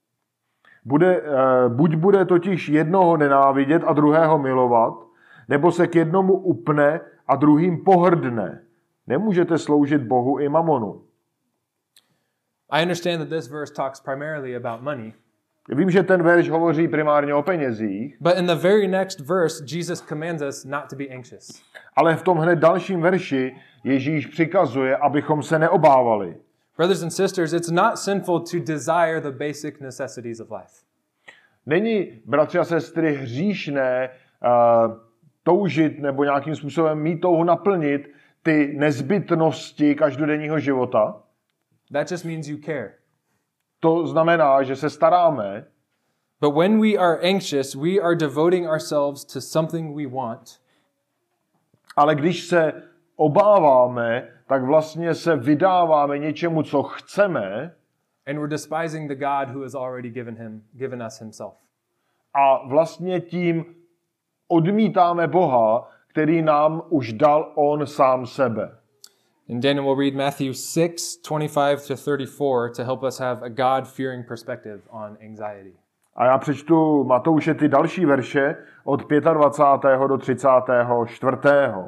Buď bude totiž jednoho nenávidět a druhého milovat, nebo se k jednomu upne a druhým pohrdne. Nemůžete sloužit Bohu i mamonu. I understand that this verse talks primarily about money. Vím, že ten verš hovoří primárně o penězích, But in the very next verse, Jesus commands us not to be anxious. ale v tom hned dalším verši Ježíš přikazuje, abychom se neobávali. Brothers and sisters, it's not sinful to desire the basic necessities of life. Není, bratři a sestry, hříšné toužit nebo nějakým způsobem mít touhu naplnit ty nezbytnosti každodenního života. That just means you care. To znamená, že se staráme, But when we are anxious, we are devoting ourselves to something we want. ale když se obáváme, tak vlastně se vydáváme něčemu, co chceme, And we're despising the God who has already given us himself. a vlastně tím odmítáme Boha, který nám už dal on sám sebe. And Daniel will read Matthew 6:25-34 to help us have a God-fearing perspective on anxiety. A já přečtu Matouše ty další verše od 25. do 34.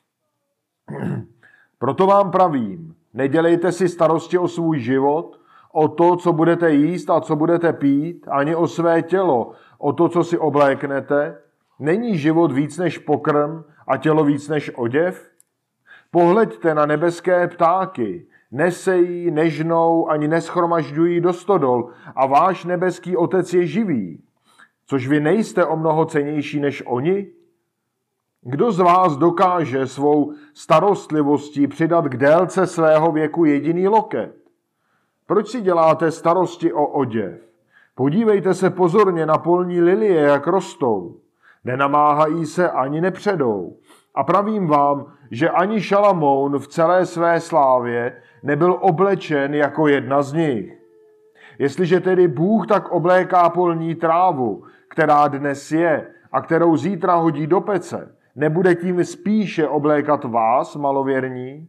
Proto vám pravím, nedělejte si starosti o svůj život, o to, co budete jíst a co budete pít, ani o své tělo, o to, co si obléknete. Není život víc než pokrm a tělo víc než oděv? Pohleďte na nebeské ptáky. Nesejí, nežnou, ani neschromažďují do stodol a váš nebeský otec je živý. Což vy nejste o mnoho cennější než oni? Kdo z vás dokáže svou starostlivostí přidat k délce svého věku jediný loket? Proč si děláte starosti o oděv? Podívejte se pozorně na polní lilie, jak rostou. Nenamáhají se ani nepředou. A pravím vám, že ani Šalamoun v celé své slávě nebyl oblečen jako jedna z nich. Jestliže tedy Bůh tak obléká polní trávu, která dnes je a kterou zítra hodí do pece, nebude tím spíše oblékat vás, malověrní?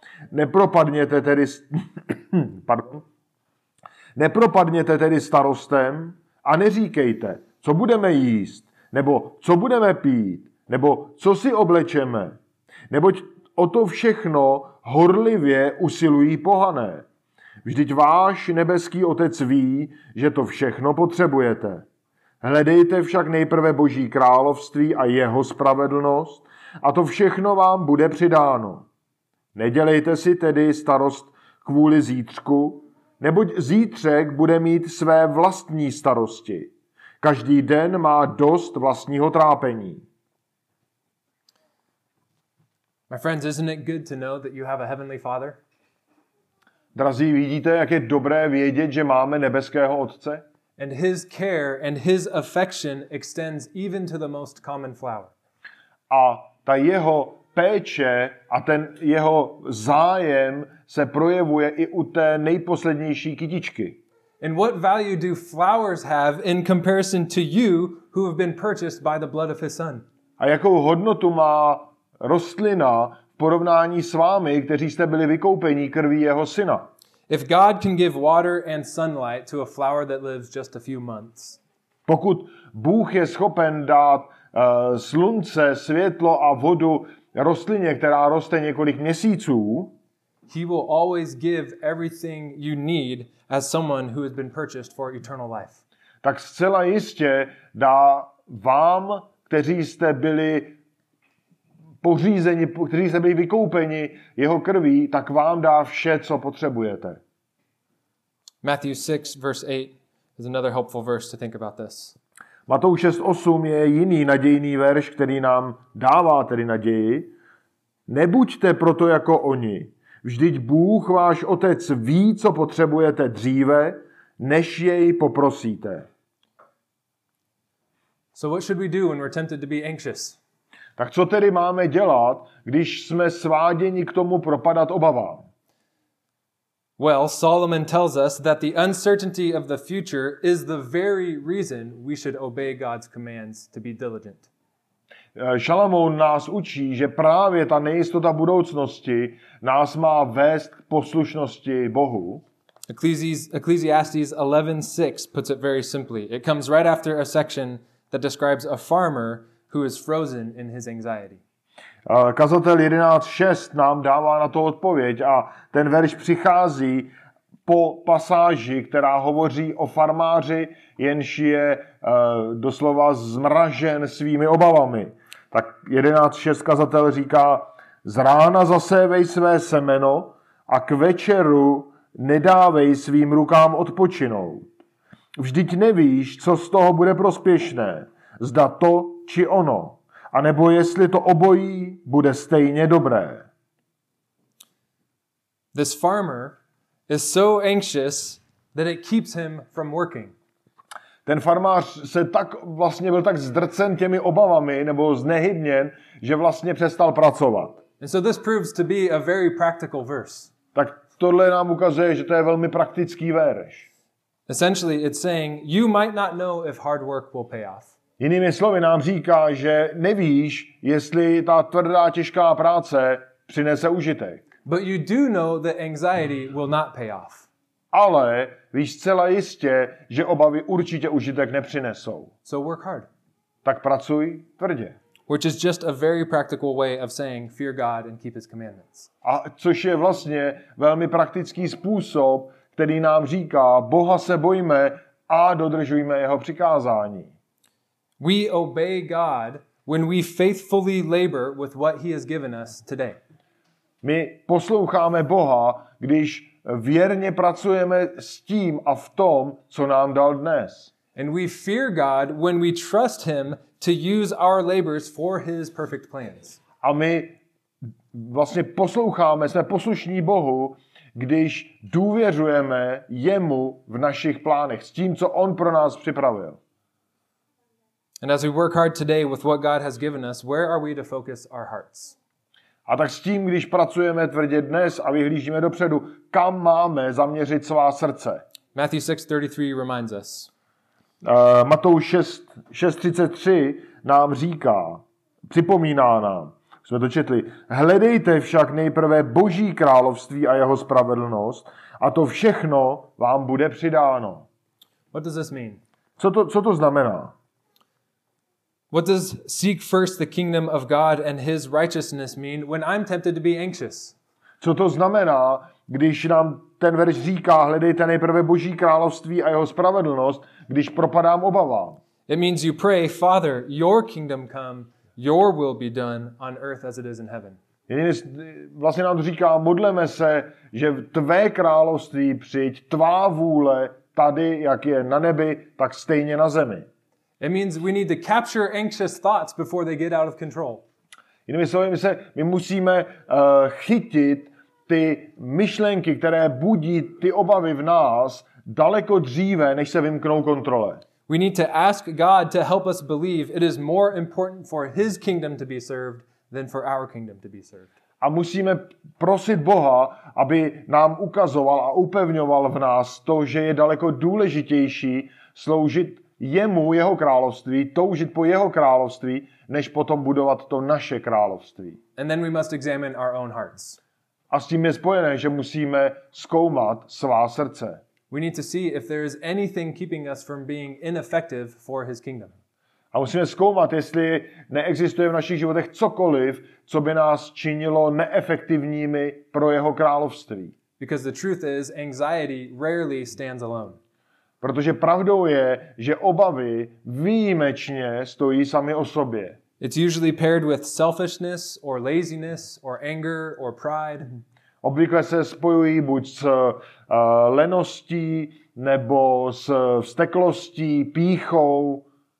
Nepropadněte tedy starostem a neříkejte, co budeme jíst, nebo co budeme pít, nebo co si oblečeme. Neboť o to všechno horlivě usilují pohané. Vždyť váš nebeský otec ví, že to všechno potřebujete. Hledejte však nejprve Boží království a jeho spravedlnost a to všechno vám bude přidáno. Nedělejte si tedy starost kvůli zítřku, neboť zítřek bude mít své vlastní starosti. Každý den má dost vlastního trápení. My friends, isn't it good to know that you have a heavenly Father? Drazí, vidíte, jak je dobré vědět, že máme nebeského Otce? And his care and his affection extends even to the most common flower. A ta jeho péče a ten jeho zájem se projevuje i u té nejposlednější kytičky. And what value do flowers have in comparison to you who have been purchased by the blood of his son? A jakou hodnotu má rostlina v porovnání s vámi, kteří jste byli vykoupeni krví jeho syna? If God can give water and sunlight to a flower that lives just a few months, Pokud Bůh je schopen dát slunce, světlo a vodu rostlině, která roste několik měsíců, he will always give everything you need as someone who has been purchased for eternal life. tak zcela jistě dá vám, kteří jste byli pořízeni, kteří jste byli vykoupeni jeho krví, tak vám dá vše, co potřebujete. Matthew 6, verse 8 is another helpful verse to think about this. Matouš 6.8 je jiný nadějný verš, který nám dává tedy naději. Nebuďte proto jako oni. Vždyť Bůh, váš otec, ví, co potřebujete dříve, než jej poprosíte. So what should we do when we're tempted to be anxious? Tak co tedy máme dělat, když jsme sváděni k tomu propadat obavám? Well, Solomon tells us that the uncertainty of the future is the very reason we should obey God's commands to be diligent. Šalamoun nás učí, že právě ta nejistota budoucnosti nás má vést k poslušnosti Bohu. Ecclesiastes 11:6 puts it very simply. It comes right after a section that describes a farmer who is frozen in his anxiety. Kazatel 11.6 nám dává na to odpověď a ten verš přichází po pasáži, která hovoří o farmáři, jenž je doslova zmražen svými obavami. Tak 11.6 kazatel říká, z rána zasévej své semeno a k večeru nedávej svým rukám odpočinout. Vždyť nevíš, co z toho bude prospěšné, zda to či ono, anebo jestli to obojí bude stejně dobré. This farmer is so anxious that it keeps him from working. Ten farmář byl tak zdrcen těmi obavami nebo znehybněn, že vlastně přestal pracovat. And so this proves to be a very practical verse. Tak tohle nám ukazuje, že to je velmi praktický verš. Essentially, it's saying you might not know if hard work will pay off. Jinými slovy nám říká, že nevíš, jestli ta tvrdá, těžká práce přinese užitek. But you do know that anxiety will not pay off. Ale víš zcela jistě, že obavy určitě užitek nepřinesou. So work hard. Tak pracuj tvrdě. Which is just a very practical way of saying fear God and keep his commandments. A což je vlastně velmi praktický způsob, který nám říká, Boha se bojme a dodržujme jeho přikázání. We obey God when we faithfully labor with what he has given us today. My posloucháme Boha, když věrně pracujeme s tím a v tom, co nám dal dnes. And we fear God when we trust him to use our labors for his perfect plans. A my vlastně posloucháme, jsme poslušní Bohu, když důvěřujeme jemu v našich plánech, s tím, co on pro nás připravil. And as we work hard today with what God has given us, where are we to focus our hearts? A tak s tím, když pracujeme tvrdě dnes a vyhlížíme dopředu, kam máme zaměřit svá srdce. Matthew 6:33 reminds us. Matouš 6:33 nám říká, připomíná nám, jsme to četli, hledejte však nejprve Boží království a jeho spravedlnost a to všechno vám bude přidáno. What does this mean? Co to znamená? What does seek first the kingdom of God and his righteousness mean when I'm tempted to be anxious? Co to znamená, když nám ten verš říká, hledejte nejprve Boží království a jeho spravedlnost, když propadám obavám? It means you pray, Father, your kingdom come, your will be done on earth as it is in heaven. Vlastně nám to říká, modleme se, že tvé království přijď, tvá vůle tady, jak je na nebi, tak stejně na zemi. It means we need to capture anxious thoughts before they get out of control. Jinými slovy, my musíme chytit ty myšlenky, které budí ty obavy v nás daleko dříve, než se vymknou kontrole. We need to ask God to help us believe it is more important for his kingdom to be served than for our kingdom to be served. A musíme prosit Boha, aby nám ukazoval a upevňoval v nás to, že je daleko důležitější sloužit jemu, jeho království, toužit po jeho království, než potom budovat to naše království. And then we must examine our own hearts. A s tím je spojené, že musíme zkoumat svá srdce. We need to see if there is anything keeping us from being ineffective for his kingdom. A musíme zkoumat, jestli neexistuje v našich životech cokoliv, co by nás činilo neefektivními pro jeho království. Because the truth is, anxiety rarely stands alone. Protože pravdou je, že obavy výjimečně stojí sami o sobě. It's usually paired with selfishness or laziness or anger or pride. Obvykle se spojují buď s leností, nebo s vzteklostí, pýchou.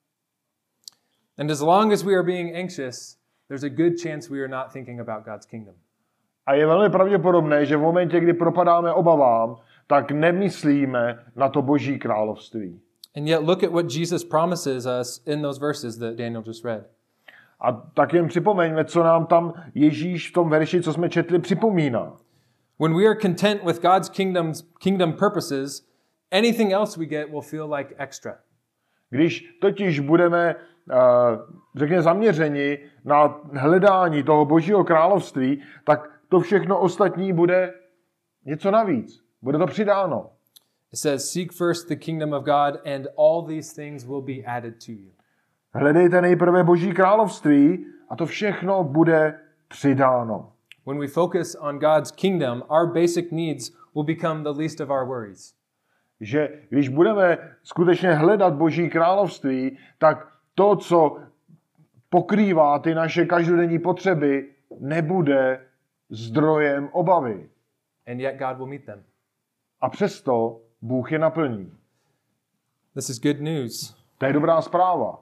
And as long as we are being anxious, there's a good chance we are not thinking about God's kingdom. A je velmi pravděpodobné, že v momentě, kdy propadáme obavám, tak nemyslíme na to Boží království. And yet look at what Jesus promises us in those verses that Daniel just read. A tak jen připomeňme, co nám tam Ježíš v tom verši, co jsme četli, připomíná. When we are content with God's kingdom purposes, anything else we get will feel like extra. Když totiž budeme, řekněme, zaměřeni na hledání toho Božího království, tak to všechno ostatní bude něco navíc. Bude to přidáno. It says, seek first the kingdom of God and all these things will be added to you. Hledejte nejprve Boží království a to všechno bude přidáno. When we focus on God's kingdom, our basic needs will become the least of our worries. Že když budeme skutečně hledat Boží království, tak to, co pokrývá ty naše každodenní potřeby, nebude zdrojem obavy. And yet God will meet them. A přesto Bůh je naplní. This is good news. To je dobrá zpráva.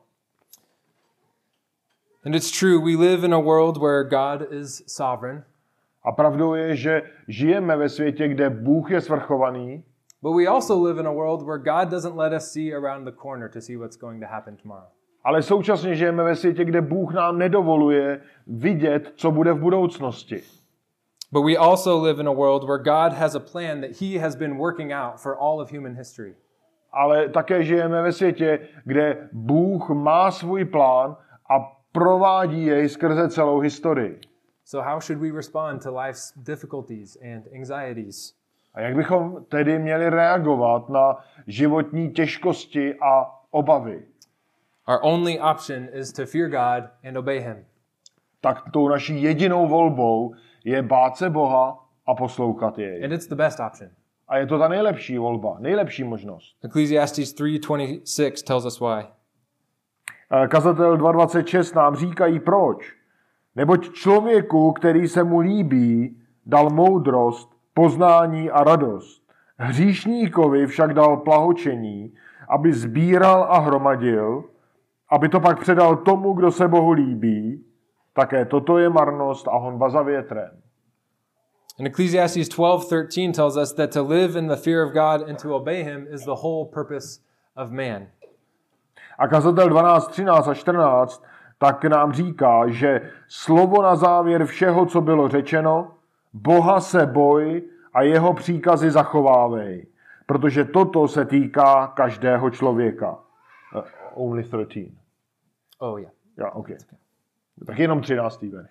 And it's true, we live in a world where God is sovereign. A pravdou je, že žijeme ve světě, kde Bůh je svrchovaný, But we also live in a world where God doesn't let us see around the corner to see what's going to happen tomorrow. ale současně žijeme ve světě, kde Bůh nám nedovoluje vidět, co bude v budoucnosti. But we also live in a world where God has a plan that he has been working out for all of human history. Ale také žijeme ve světě, kde Bůh má svůj plán a provádí jej skrze celou historii. So how should we respond to life's difficulties and anxieties? A jak bychom tedy měli reagovat na životní těžkosti a obavy? Our only option is to fear God and obey him. Tak tou naší jedinou volbou je bát se Boha a poslouchat jej. And it's the best option. A je to ta nejlepší volba, nejlepší možnost. Ecclesiastes 3:26 tells us why. Kazatel 2.26 nám říkají proč. Neboť člověku, který se mu líbí, dal moudrost, poznání a radost. Hříšníkovi však dal plahočení, aby sbíral a hromadil, aby to pak předal tomu, kdo se Bohu líbí. Také toto je marnost a honba za větrem. And Ecclesiastes 12:13 tells us that to live in the fear of God and to obey him is the whole purpose of man. A kazatel 12, 13 a 14 tak nám říká, že slovo na závěr všeho, co bylo řečeno, Boha se boj a jeho příkazy zachovávej, protože toto se týká každého člověka. Only 13. Oh yeah. Yeah, okay. Tak jenom 13. verš.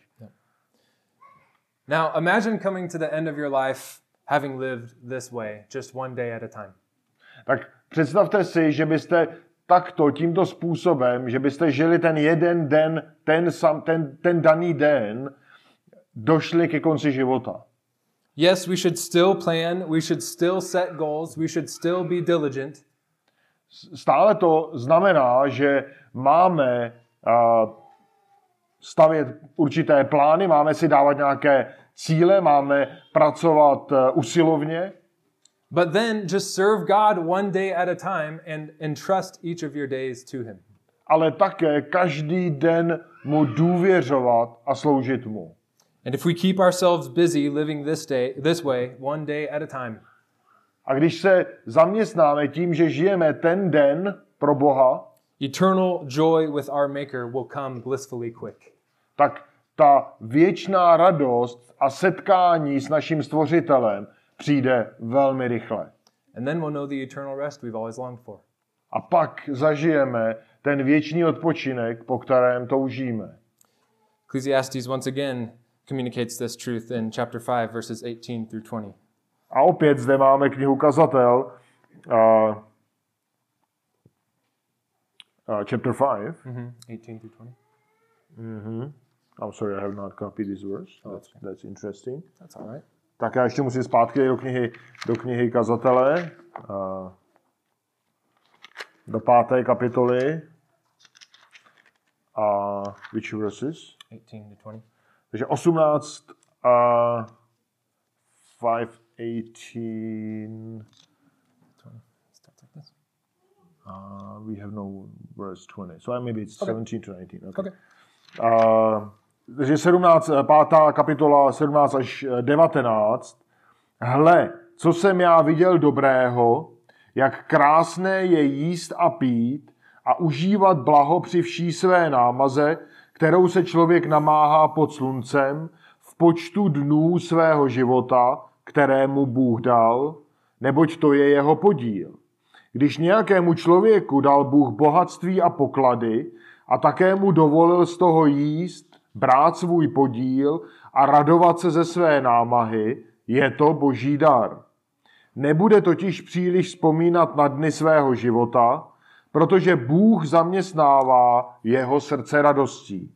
Now imagine coming to the end of your life having lived this way, just one day at a time. Tak představte si, že byste takto, tímto způsobem, že byste žili ten jeden den, ten daný den, došli ke konci života. Yes, we should still plan, we should still set goals, we should still be diligent. Stále to znamená, že máme stavět určité plány, máme si dávat nějaké cíle, máme pracovat usilovně. But then just serve God one day at a time and entrust each of your days to him. Ale také každý den mu důvěřovat a sloužit mu. And if we keep ourselves busy living this way, one day at a time. A když se zaměstnáme tím, že žijeme ten den pro Boha, eternal joy with our Maker will come blissfully quick. Tak ta věčná radost a setkání s naším Stvořitelem přijde velmi rychle. And then we'll know the eternal rest we've always longed for. A pak zažijeme ten věčný odpočinek, po kterém toužíme. Ecclesiastes once again communicates this truth in chapter 5 verses 18 through 20. A opět zde máme knihu Kazatel, chapter 5. 18 through 20. I'm sorry, I have not copied this verse. That's interesting. That's all right. Tak já ještě musím zpátky do knihy Kazatele, do 5. kapitoly. Which verses? 18 to 20. Takže 18, 5, 18. Starts like this. We have no verse 20. So maybe it's 17 to 19. Okay. Takže 5. kapitola 17 až 19. Hle, co jsem já viděl dobrého, jak krásné je jíst a pít a užívat blaho při vší své námaze, kterou se člověk namáhá pod sluncem, v počtu dnů svého života, kterému Bůh dal, neboť to je jeho podíl. Když nějakému člověku dal Bůh bohatství a poklady a také mu dovolil z toho jíst, brát svůj podíl a radovat se ze své námahy, je to boží dar. Nebude totiž příliš vzpomínat na dny svého života, protože Bůh zaměstnává jeho srdce radostí.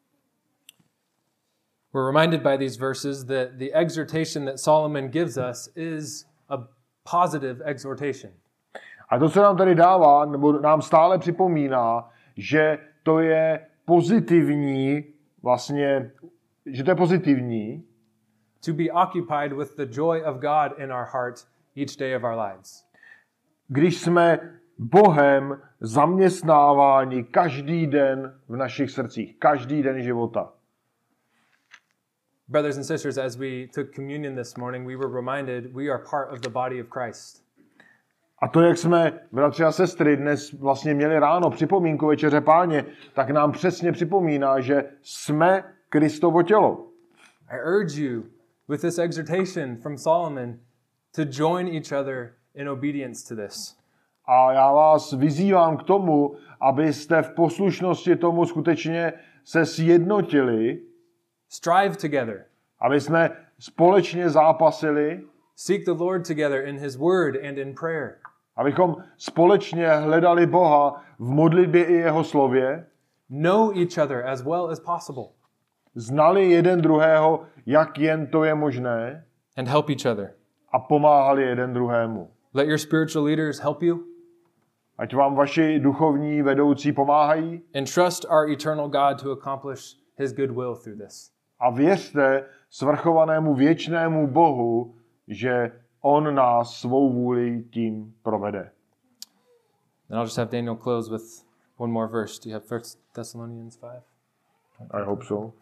We're reminded by these verses that the exhortation that Solomon gives us is a positive exhortation. A to, co nám tady dává, nebo nám stále připomíná, že to je pozitivní, vlastně, že to je pozitivní. To be occupied with the joy of God in our heart each day of our lives. Když jsme Bohem zaměstnáváni každý den v našich srdcích, každý den života. Brothers and sisters, as we took communion this morning, we were reminded we are part of the body of Christ. A to, jak jsme, bratři a sestry, dnes vlastně měli ráno připomínku Večeře Páně, tak nám přesně připomíná, že jsme Kristovo tělo. I urge you with this exhortation from Solomon to join each other in obedience to this. A já vás vyzývám k tomu, abyste v poslušnosti tomu skutečně se sjednotili. Strive together. Aby jsme společně zápasili. Seek the Lord together in his word and in prayer. Abychom společně hledali Boha v modlitbě i jeho slově. Know each other as well as possible. Znali jeden druhého, jak jen to je možné. And help each other. A pomáhali jeden druhému. Let your spiritual leaders help you. Ať vám vaši duchovní vedoucí pomáhají. And trust our eternal God to accomplish his good will through this. A věřte svrchovanému věčnému Bohu, že on nás svou vůli tím provede. And I'll just have Daniel close with one more verse. Do you have 1 Thessalonians 5? I hope so.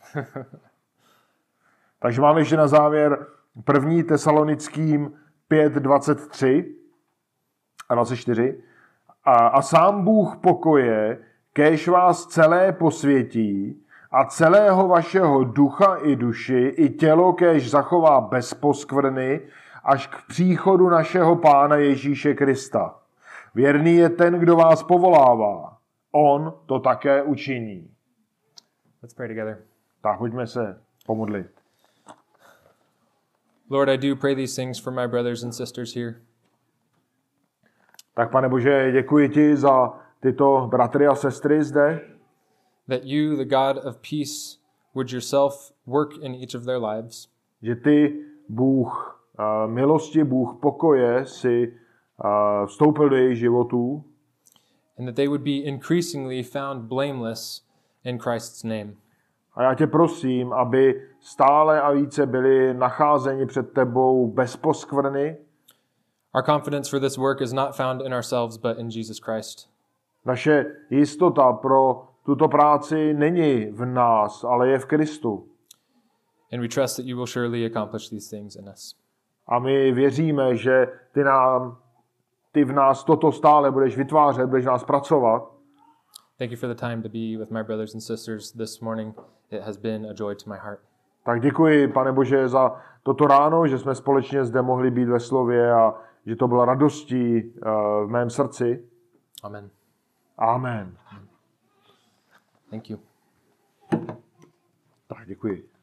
Takže máme ještě na závěr 1. Tesalonickým 5:23 a 24. A sám Bůh pokoje, kéž vás celé posvětí a celého vašeho ducha i duši, i tělo kéž zachová bez poskvrny, až k příchodu našeho Pána Ježíše Krista. Věrný je ten, kdo vás povolává. On to také učiní. Let's pray together. Tak pojďme se pomodlit. Lord, I do pray these things for my brothers and sisters here. Tak Pane Bože, děkuji ti za tyto bratry a sestry zde, That you, the God of peace, would yourself work in each of their lives. že ty, Bůh milosti, Bůh pokoje, si vstoupil do jejich životů And that they would be increasingly found blameless in Christ's name. a já tě prosím, aby stále a více byli nacházeni před tebou bez poskvrny. Our confidence for this work is not found in ourselves, but in Jesus Christ. Naše jistota pro tuto práci není v nás, ale je v Kristu. And we trust that you will surely accomplish these things in us. A my věříme, že ty v nás toto stále budeš vytvářet, budeš nás pracovat. Thank you for the time to be with my brothers and sisters this morning. It has been a joy to my heart. Tak děkuji, Pane Bože, za toto ráno, že jsme společně zde mohli být ve slově a že to bylo radostí v mém srdci. Amen. Amen. Thank you. Tak děkuji.